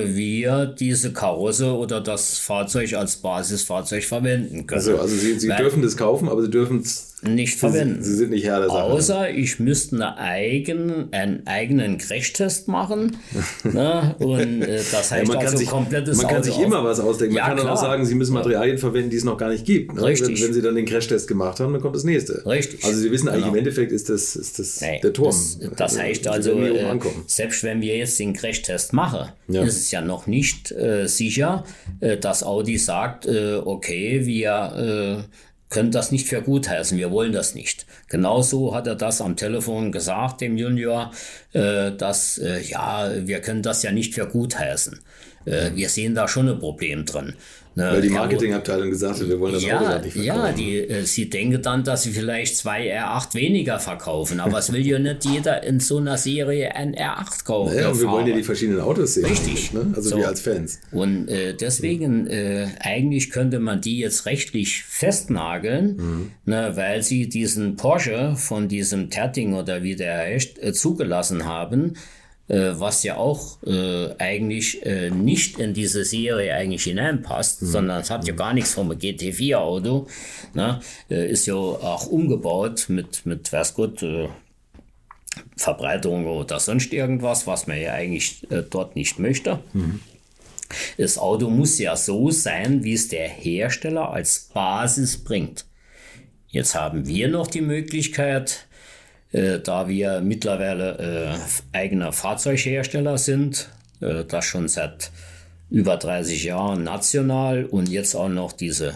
wir diese Karosse oder das Fahrzeug als Basisfahrzeug verwenden können. Also Sie dürfen das kaufen, aber Sie dürfen es nicht verwenden. Sie sind nicht Herr der Sache. Außer ich müsste einen eigenen Crashtest machen. Ne? Und das heißt komplettes Auto. Man kann sich immer was ausdenken. Man kann auch sagen, Sie müssen Materialien verwenden, die es noch gar nicht gibt. Ne? Richtig. Wenn Sie dann den Crashtest gemacht haben, dann kommt das nächste. Richtig. Also Sie wissen eigentlich, im Endeffekt ist das der Turm. Das heißt also, selbst wenn wir jetzt den Crashtest machen, ist es ja noch nicht sicher, dass Audi sagt, okay, wir können das nicht für gut heißen, wir wollen das nicht. Genauso hat er das am Telefon gesagt, dem Junior, dass wir können das ja nicht für gut heißen. Wir sehen da schon ein Problem drin. Weil die Marketingabteilung gesagt hat, wir wollen das Auto nicht verkaufen. Ja, sie denken dann, dass sie vielleicht 2 R8 weniger verkaufen, aber es will ja nicht jeder in so einer Serie ein R8 kaufen. Ja, und wir wollen ja die verschiedenen Autos sehen. Richtig. Ne? Also so. Wir als Fans. Und deswegen, eigentlich könnte man die jetzt rechtlich festnageln, weil sie diesen Porsche von diesem Terting oder wie der heißt, zugelassen haben, was ja auch eigentlich nicht in diese Serie eigentlich hineinpasst, sondern es hat ja gar nichts vom GT4-Auto. Ne? Ist ja auch umgebaut mit weiß Gott, Verbreitung oder sonst irgendwas, was man ja eigentlich dort nicht möchte. Das Auto muss ja so sein, wie es der Hersteller als Basis bringt. Jetzt haben wir noch die Möglichkeit, da wir mittlerweile eigener Fahrzeughersteller sind, das schon seit über 30 Jahren national und jetzt auch noch diese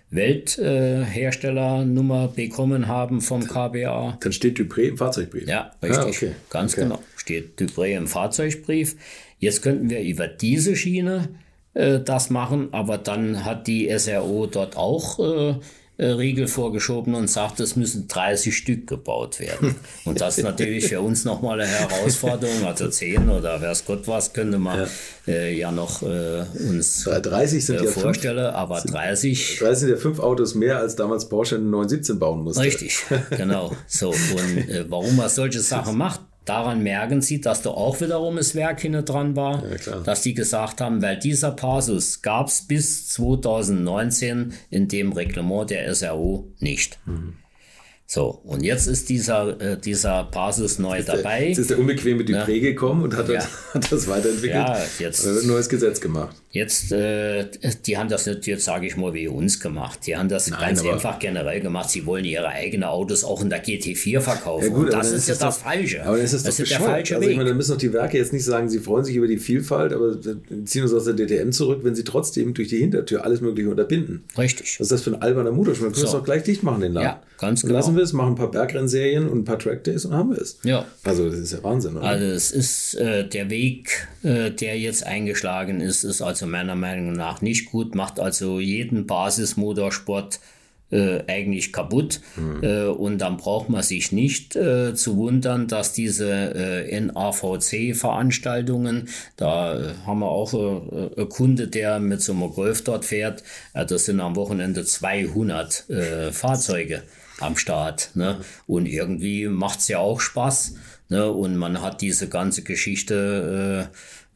Weltherstellernummer bekommen haben vom KBA. Dann steht Dupré im Fahrzeugbrief. Ja, richtig, ganz genau. Steht Dupré im Fahrzeugbrief. Jetzt könnten wir über diese Schiene das machen, aber dann hat die SRO dort auch Riegel vorgeschoben und sagt, es müssen 30 Stück gebaut werden. Und das ist natürlich für uns nochmal eine Herausforderung. Also 10 oder weiß Gott was könnte man noch uns 30 sind vorstellen, aber 30 sind ja 5 Autos mehr, als damals Porsche einen 917 bauen musste. Richtig, genau. So, und warum man solche Sachen macht, daran merken Sie, dass da auch wiederum das Werk hinten dran war, dass die gesagt haben, weil dieser Passus gab es bis 2019 in dem Reglement der SRO nicht. So, und jetzt ist dieser Passus neu dabei. Jetzt ist der unbequeme Dupré gekommen und hat das weiterentwickelt. Ja, jetzt wird ein neues Gesetz gemacht. Jetzt, die haben das nicht, jetzt sage ich mal, wie uns gemacht. Die haben das ganz einfach generell gemacht. Sie wollen ihre eigenen Autos auch in der GT4 verkaufen. Ja gut, und das ist ja das Falsche. Aber das ist der falsche Weg. Ich meine, da müssen doch die Werke jetzt nicht sagen, sie freuen sich über die Vielfalt, aber ziehen uns aus der DTM zurück, wenn sie trotzdem durch die Hintertür alles Mögliche unterbinden. Richtig. Was ist das für ein alberner Motorsport? Wir können es doch gleich dicht machen, den Laden. Ja, ganz genau. Lassen wir es, machen ein paar Bergrennserien und ein paar Trackdays und haben wir es. Ja. Also das ist ja Wahnsinn, oder? Also es ist der Weg, der jetzt eingeschlagen ist also meiner Meinung nach nicht gut, macht also jeden Basismotorsport eigentlich kaputt. Und dann braucht man sich nicht zu wundern, dass diese NAVC-Veranstaltungen, da haben wir auch einen Kunde, der mit so einem Golf dort fährt, das sind am Wochenende 200 Fahrzeuge am Start. Ne? Und irgendwie macht es ja auch Spaß. Ne? Und man hat diese ganze Geschichte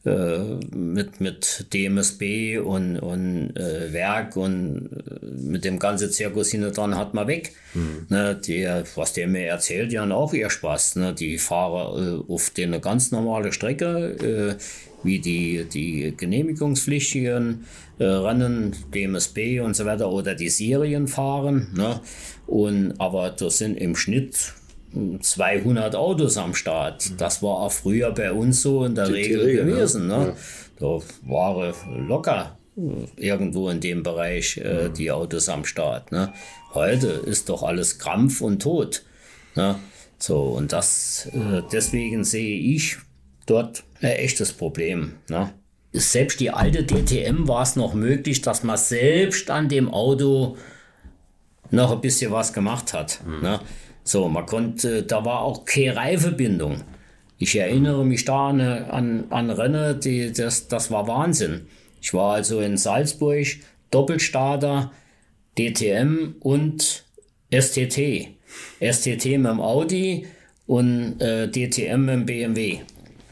mit DMSB und Werk und mit dem ganzen Zirkus hinten dran hat man weg. Ne, was der mir erzählt, die haben auch ihr Spaß. Ne? Die fahren auf eine ganz normale Strecke, wie die genehmigungspflichtigen Rennen, DMSB und so weiter oder die Serien fahren. Ne? Aber das sind im Schnitt 200 Autos am Start. Das war auch früher bei uns so in der Regel gewesen. Ne? Ja. Da waren locker irgendwo in dem Bereich die Autos am Start. Ne? Heute ist doch alles Krampf und Tod. Ne? So, und deswegen sehe ich dort ein echtes Problem. Ne? Selbst die alte DTM war es noch möglich, dass man selbst an dem Auto noch ein bisschen was gemacht hat. Ne? So, da war auch keine Reifebindung. Ich erinnere mich da an Rennen, das war Wahnsinn. Ich war also in Salzburg, Doppelstarter, DTM und STT. STT mit dem Audi und DTM mit dem BMW.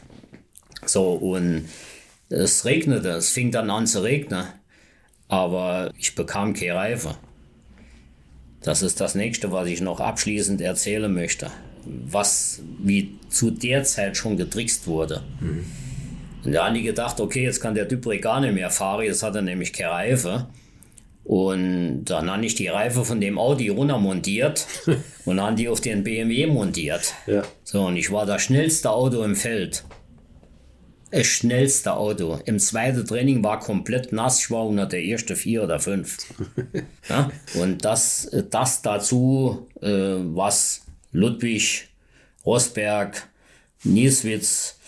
So, und es regnete, es fing dann an zu regnen, aber ich bekam keine Reife. Das ist das Nächste, was ich noch abschließend erzählen möchte. Wie zu der Zeit schon getrickst wurde. Und da haben die gedacht, okay, jetzt kann der Dupré gar nicht mehr fahren, jetzt hat er nämlich keine Reife. Und dann habe ich die Reife von dem Audi runtermontiert und haben die auf den BMW montiert. Ja. So, und ich war das schnellste Auto im Feld. Das schnellste Auto. Im zweiten Training war komplett nass, ich war unter der ersten 4 oder 5. Ja? Und das dazu, was Ludwig, Rosberg, Nieswitz,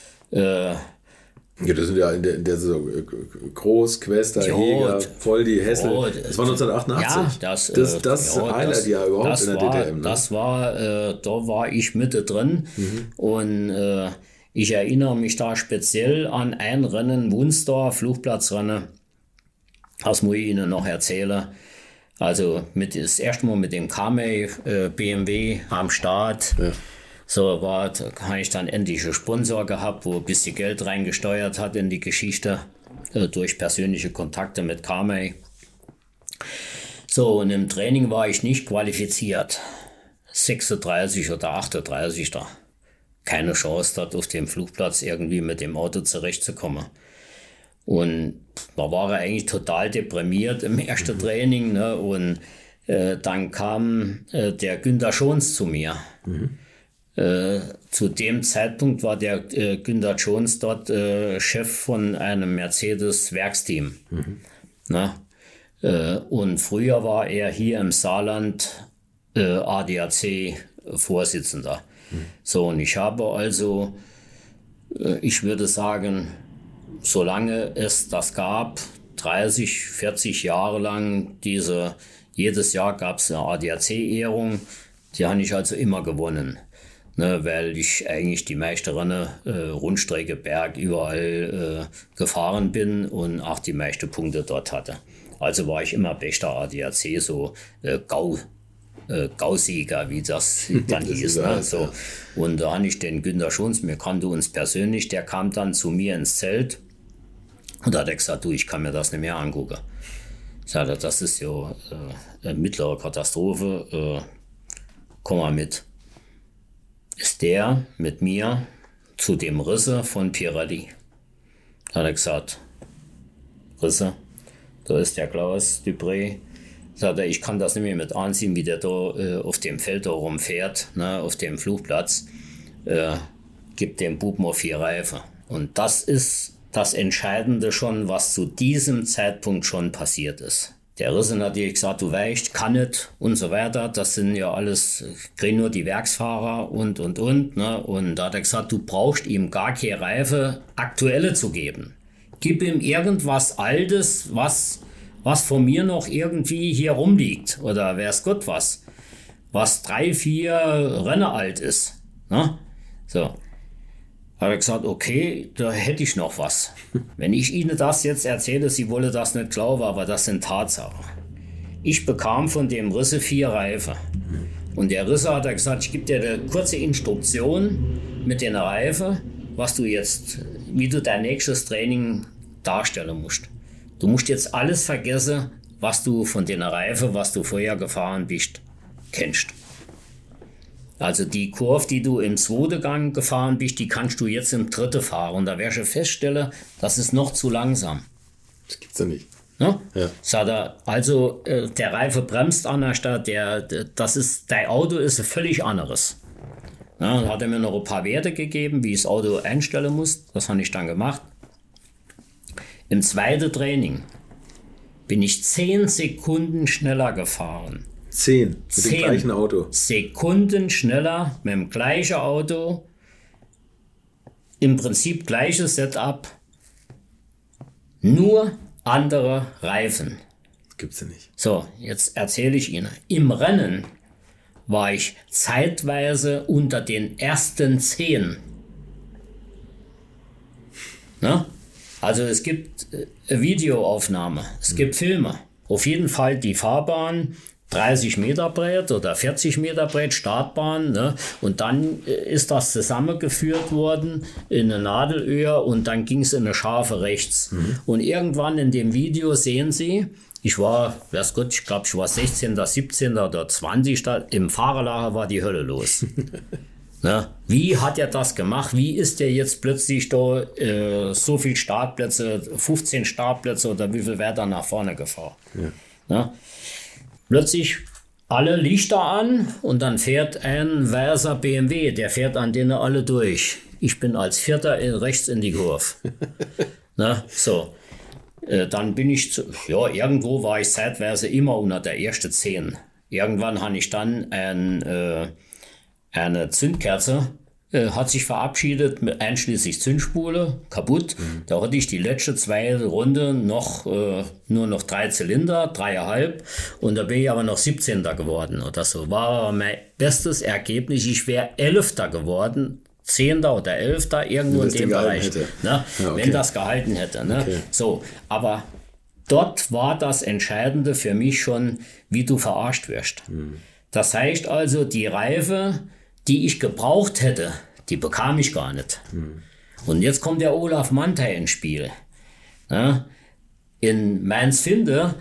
ja, das sind ja in der Saison Groß, Quester, Jäger, Voldi, Hessel. Das war 1988. Ja, das Highlight-Jahr überhaupt in der DTM. Ne? Da war ich mittendrin und ich erinnere mich da speziell an ein Rennen, Wunsdorf, Flugplatzrennen. Das muss ich Ihnen noch erzählen. Also das erste Mal mit dem Kamei BMW am Start. Ja. So da habe ich dann endlich einen Sponsor gehabt, wo ein bisschen Geld reingesteuert hat in die Geschichte durch persönliche Kontakte mit Kamei. So, und im Training war ich nicht qualifiziert. 36 oder 38 da. Keine Chance, dort auf dem Flugplatz irgendwie mit dem Auto zurechtzukommen. Und da war er eigentlich total deprimiert im ersten Training. Ne? Und dann kam der Günther Schons zu mir. Zu dem Zeitpunkt war der Günther Schons dort Chef von einem Mercedes-Werksteam. Und früher war er hier im Saarland ADAC-Vorsitzender. So, und ich habe also, ich würde sagen, solange es das gab, 30, 40 Jahre lang, jedes Jahr gab es eine ADAC-Ehrung, die habe ich also immer gewonnen. Ne, weil ich eigentlich die meisten Rennen, Rundstrecke, Berg, überall gefahren bin und auch die meisten Punkte dort hatte. Also war ich immer bester ADAC, so Gausieger, wie das dann hieß. Ne? So. Und da habe ich den Günther Schons, wir kannten uns persönlich, der kam dann zu mir ins Zelt und da hat er gesagt, du, ich kann mir das nicht mehr angucken. Ich sagte, das ist ja eine mittlere Katastrophe, komm mal mit. Ist der mit mir zu dem Risse von Pirelli. Da hat er gesagt, Risse, da ist der Klaus Dupré. Sagt er, ich kann das nicht mehr mit anziehen, wie der da auf dem Feld da rumfährt, ne, auf dem Flugplatz. Gibt dem Bub mal 4 Reifen. Und das ist das Entscheidende schon, was zu diesem Zeitpunkt schon passiert ist. Der Rissen hat natürlich gesagt, du weißt, kann nicht und so weiter. Das sind ja alles, kriegen nur die Werksfahrer und. Ne? Und da hat er gesagt, du brauchst ihm gar keine Reife aktuelle zu geben. Gib ihm irgendwas Altes, was von mir noch irgendwie hier rumliegt. Oder weiß Gott was 3, 4 Rennen alt ist. Ne? So. Hat er gesagt, okay, da hätte ich noch was. Wenn ich Ihnen das jetzt erzähle, Sie wollen das nicht glauben, aber das sind Tatsachen. Ich bekam von dem Risse 4 Reifen. Und der Risse hat gesagt, ich gebe dir eine kurze Instruktion mit den Reifen, wie du dein nächstes Training darstellen musst. Du musst jetzt alles vergessen, was du von den Reifen, was du vorher gefahren bist, kennst. Also die Kurve, die du im 2. Gang gefahren bist, die kannst du jetzt im 3. fahren. Und da wirst du feststellen, das ist noch zu langsam. Das gibt's ja nicht. Ja? Ja. Sagt er, also der Reifen bremst anders, dein Auto ist völlig anderes. Ja, dann hat er mir noch ein paar Werte gegeben, wie ich das Auto einstellen muss. Das habe ich dann gemacht. Im 2. Training bin ich 10 Sekunden schneller gefahren. 10 mit dem gleichen Auto. Sekunden schneller mit dem gleichen Auto. Im Prinzip gleiches Setup. Nur andere Reifen. Das gibt's ja nicht. So, jetzt erzähle ich Ihnen. Im Rennen war ich zeitweise unter den ersten 10. Ne? Also es gibt Videoaufnahme, es gibt Filme. Auf jeden Fall die Fahrbahn, 30 Meter breit oder 40 Meter breit, Startbahn. Ne? Und dann ist das zusammengeführt worden in eine Nadelöhr und dann ging es in eine Scharfe rechts. Und irgendwann in dem Video sehen Sie, ich war, weiß Gott, ich glaube, ich war 16., 17. oder 20. Im Fahrerlager war die Hölle los. Ne? Wie hat er das gemacht? Wie ist er jetzt plötzlich da so viel Startplätze, 15 Startplätze oder wie viel wäre da nach vorne gefahren? Ja. Ne? Plötzlich alle Lichter an und dann fährt ein weißer BMW, der fährt an denen alle durch. Ich bin als Vierter rechts in die Kurve. Ne? So. Dann bin ich, irgendwo war ich zeitweise immer unter der ersten 10. Irgendwann habe ich dann eine Zündkerze, hat sich verabschiedet, mit einschließlich Zündspule, kaputt. Da hatte ich die letzte 2 Runde nur noch 3 Zylinder, 3,5. Und da bin ich aber noch 17. geworden oder so. War mein bestes Ergebnis. Ich wäre 11. geworden. 10. oder 11. irgendwo in dem Bereich, ne? Ja, okay. Wenn das gehalten hätte. Ne? Okay. So, aber dort war das Entscheidende für mich schon, wie du verarscht wirst. Das heißt also, die Reife, die ich gebraucht hätte, die bekam ich gar nicht. Und jetzt kommt der Olaf Mantei ins Spiel. Ne? In Mainz-Finde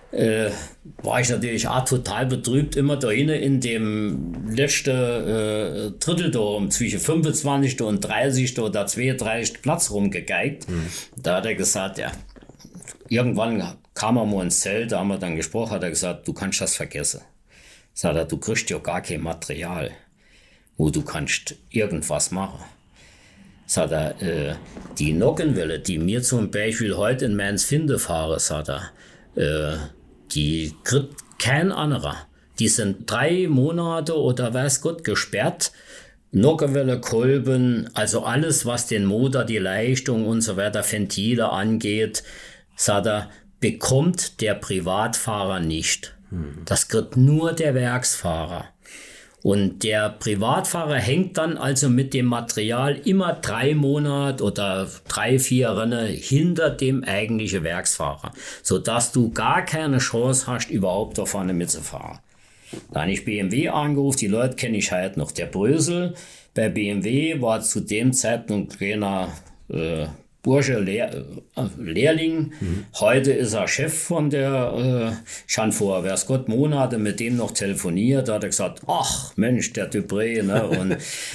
war ich natürlich total betrübt, immer da hinten in dem letzten Drittel zwischen 25. und 30. oder 32. Platz rumgegeigt. Da hat er gesagt, ja, irgendwann kam er mal ins Zelt, da haben wir dann gesprochen, hat er gesagt, du kannst das vergessen. Sagt er, du kriegst ja gar kein Material, wo du kannst irgendwas machen. Sagt er, die Nockenwelle, die mir zum Beispiel heute in Mainz-Finde fahre, sagt er, die kriegt kein anderer. Die sind 3 Monate oder weiß Gott gesperrt. Nockenwelle, Kolben, also alles, was den Motor, die Leistung und so weiter, Ventile angeht, sagt er, bekommt der Privatfahrer nicht. Das kriegt nur der Werksfahrer. Und der Privatfahrer hängt dann also mit dem Material immer 3 Monate oder 3, 4 Rennen hinter dem eigentlichen Werksfahrer, sodass du gar keine Chance hast, überhaupt da vorne mitzufahren. Da habe ich BMW angerufen, die Leute kenne ich halt noch. Der Brösel bei BMW war zu dem Zeitpunkt ein kleiner Bursche, Lehrling. Heute ist er Chef von der, schon vor, weiß Gott, Monate mit dem noch telefoniert, da hat er gesagt, ach Mensch, der Dupré, ne? Und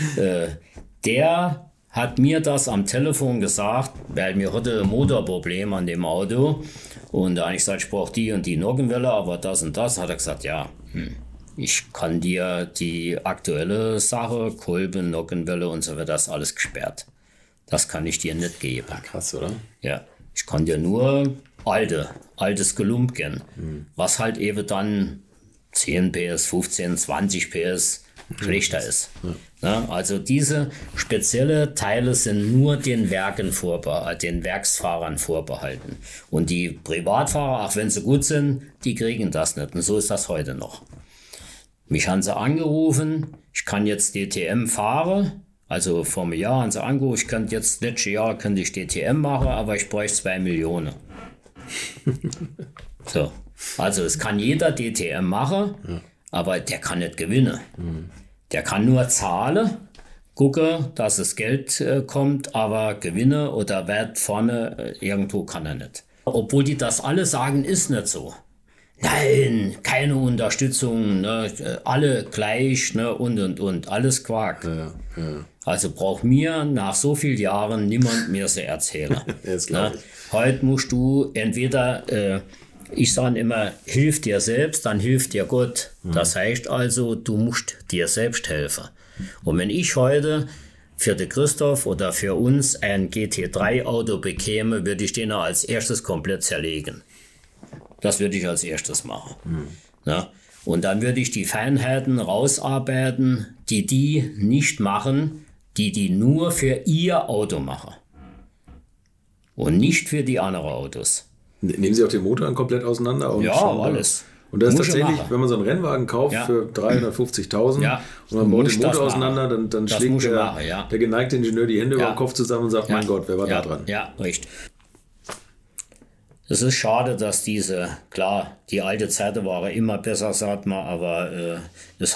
der hat mir das am Telefon gesagt, weil mir hatte ein Motorproblem an dem Auto und da habe ich gesagt, ich brauche die und die Nockenwelle, aber das und das, hat er gesagt, ja, ich kann dir die aktuelle Sache, Kolben, Nockenwelle und so weiter, das ist alles gesperrt. Das kann ich dir nicht geben. Krass, oder? Ja, ich kann dir nur altes Gelump geben, was halt eben dann 10 PS, 15, 20 PS schlechter ist. Ja. Ne? Also diese spezielle Teile sind nur den Werken den Werksfahrern vorbehalten. Und die Privatfahrer, auch wenn sie gut sind, die kriegen das nicht. Und so ist das heute noch. Mich haben sie angerufen, ich kann jetzt DTM fahren. Also vor einem Jahr haben sie angerufen, ich könnte jetzt, letztes Jahr könnte ich DTM machen, aber ich bräuchte 2 Millionen. So, also es kann jeder DTM machen, aber der kann nicht gewinnen. Der kann nur zahlen, gucken, dass das Geld kommt, aber gewinnen oder Wert vorne irgendwo kann er nicht. Obwohl die das alle sagen, ist nicht so. Nein, keine Unterstützung, ne, alle gleich, ne, und, alles Quark. Ja. Also braucht mir nach so vielen Jahren niemand mehr so erzählen. Ne? Heute musst du entweder, ich sage immer, hilf dir selbst, dann hilft dir Gott. Das heißt also, du musst dir selbst helfen. Und wenn ich heute für den Christoph oder für uns ein GT3-Auto bekäme, würde ich den als erstes komplett zerlegen. Das würde ich als erstes machen. Ja? Und dann würde ich die Feinheiten rausarbeiten, die nicht machen, die nur für ihr Auto machen. Und nicht für die anderen Autos. Nehmen Sie auch den Motor komplett auseinander? Und ja, alles. Und das ist tatsächlich, wenn man so einen Rennwagen kauft für 350.000 und man baut den Motor auseinander, dann schlägt der geneigte Ingenieur die Hände über den Kopf zusammen und sagt, mein Gott, wer war da dran? Ja, richtig. Es ist schade, dass die alte Zeiten waren immer besser, sagt man, aber es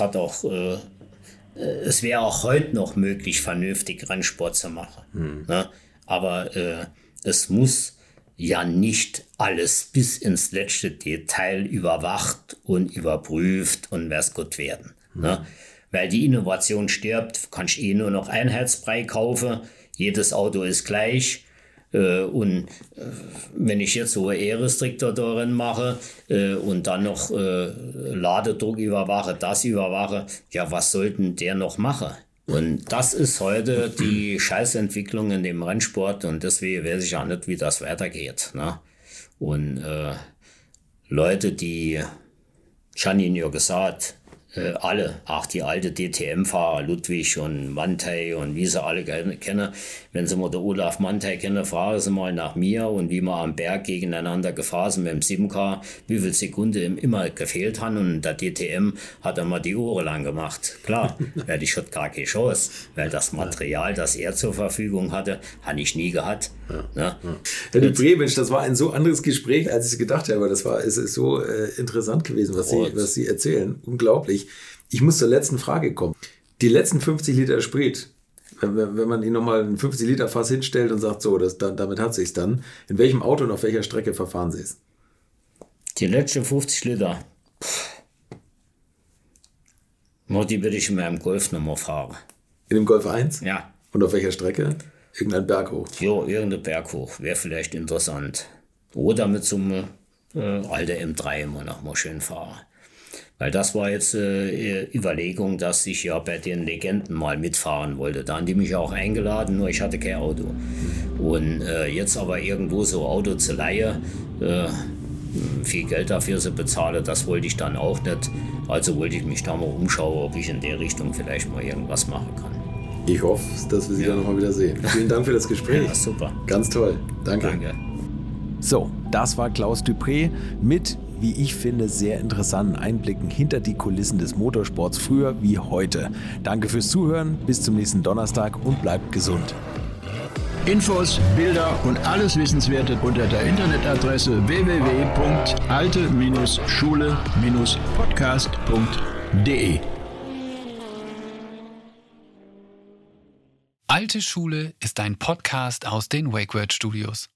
wäre auch heute noch möglich, vernünftig Rennsport zu machen. Ne? Aber es muss ja nicht alles bis ins letzte Detail überwacht und überprüft und weiß Gott werden. Ne? Weil die Innovation stirbt, kannst du nur noch Einheitsbrei kaufen, jedes Auto ist gleich. Und wenn ich jetzt so E-Restriktor darin mache und dann noch Ladedruck überwache, das überwache, ja, was sollten der noch machen? Und das ist heute die Scheißentwicklung in dem Rennsport und deswegen weiß ich auch nicht, wie das weitergeht. Ne? Und Leute, ich habe Ihnen ja gesagt, alle, auch die alte DTM-Fahrer, Ludwig und Mantei und wie sie alle kennen, wenn sie mal den Olaf Mantei kennen, fragen sie mal nach mir und wie wir am Berg gegeneinander gefahren sind mit dem 7K, wie viel Sekunden immer gefehlt haben und der DTM hat einmal die Ohren lang gemacht. Klar, weil ich hatte gar keine Chance, weil das Material, das er zur Verfügung hatte, habe ich nie gehabt. Ja. Herr Dupré, Mensch, das war ein so anderes Gespräch, als ich es gedacht habe. Es ist so interessant gewesen, was Sie erzählen. Unglaublich. Ich muss zur letzten Frage kommen. Die letzten 50 Liter Sprit, wenn man Ihnen nochmal ein 50 Liter Fass hinstellt und sagt, so, damit hat sich's dann. In welchem Auto und auf welcher Strecke verfahren Sie es? Die letzten 50 Liter. Die würde ich in meinem Golf nochmal fahren. In dem Golf 1? Ja. Und auf welcher Strecke? Irgendein Berg hoch? Jo, irgendein Berg hoch. Wäre vielleicht interessant. Oder mit so einem alten M3 immer noch mal schön fahren. Weil das war jetzt Überlegung, dass ich ja bei den Legenden mal mitfahren wollte. Da haben die mich auch eingeladen, nur ich hatte kein Auto. Und jetzt aber irgendwo so Auto zu leihen, viel Geld dafür zu bezahlen, das wollte ich dann auch nicht. Also wollte ich mich da mal umschauen, ob ich in der Richtung vielleicht mal irgendwas machen kann. Ich hoffe, dass wir Sie dann nochmal wieder sehen. Vielen Dank für das Gespräch. Ja, super. Ganz toll. Danke. So, das war Klaus Dupré mit, wie ich finde, sehr interessanten Einblicken hinter die Kulissen des Motorsports früher wie heute. Danke fürs Zuhören, bis zum nächsten Donnerstag und bleibt gesund. Infos, Bilder und alles Wissenswerte unter der Internetadresse www.alte-schule-podcast.de. Alte Schule ist ein Podcast aus den WakeWord Studios.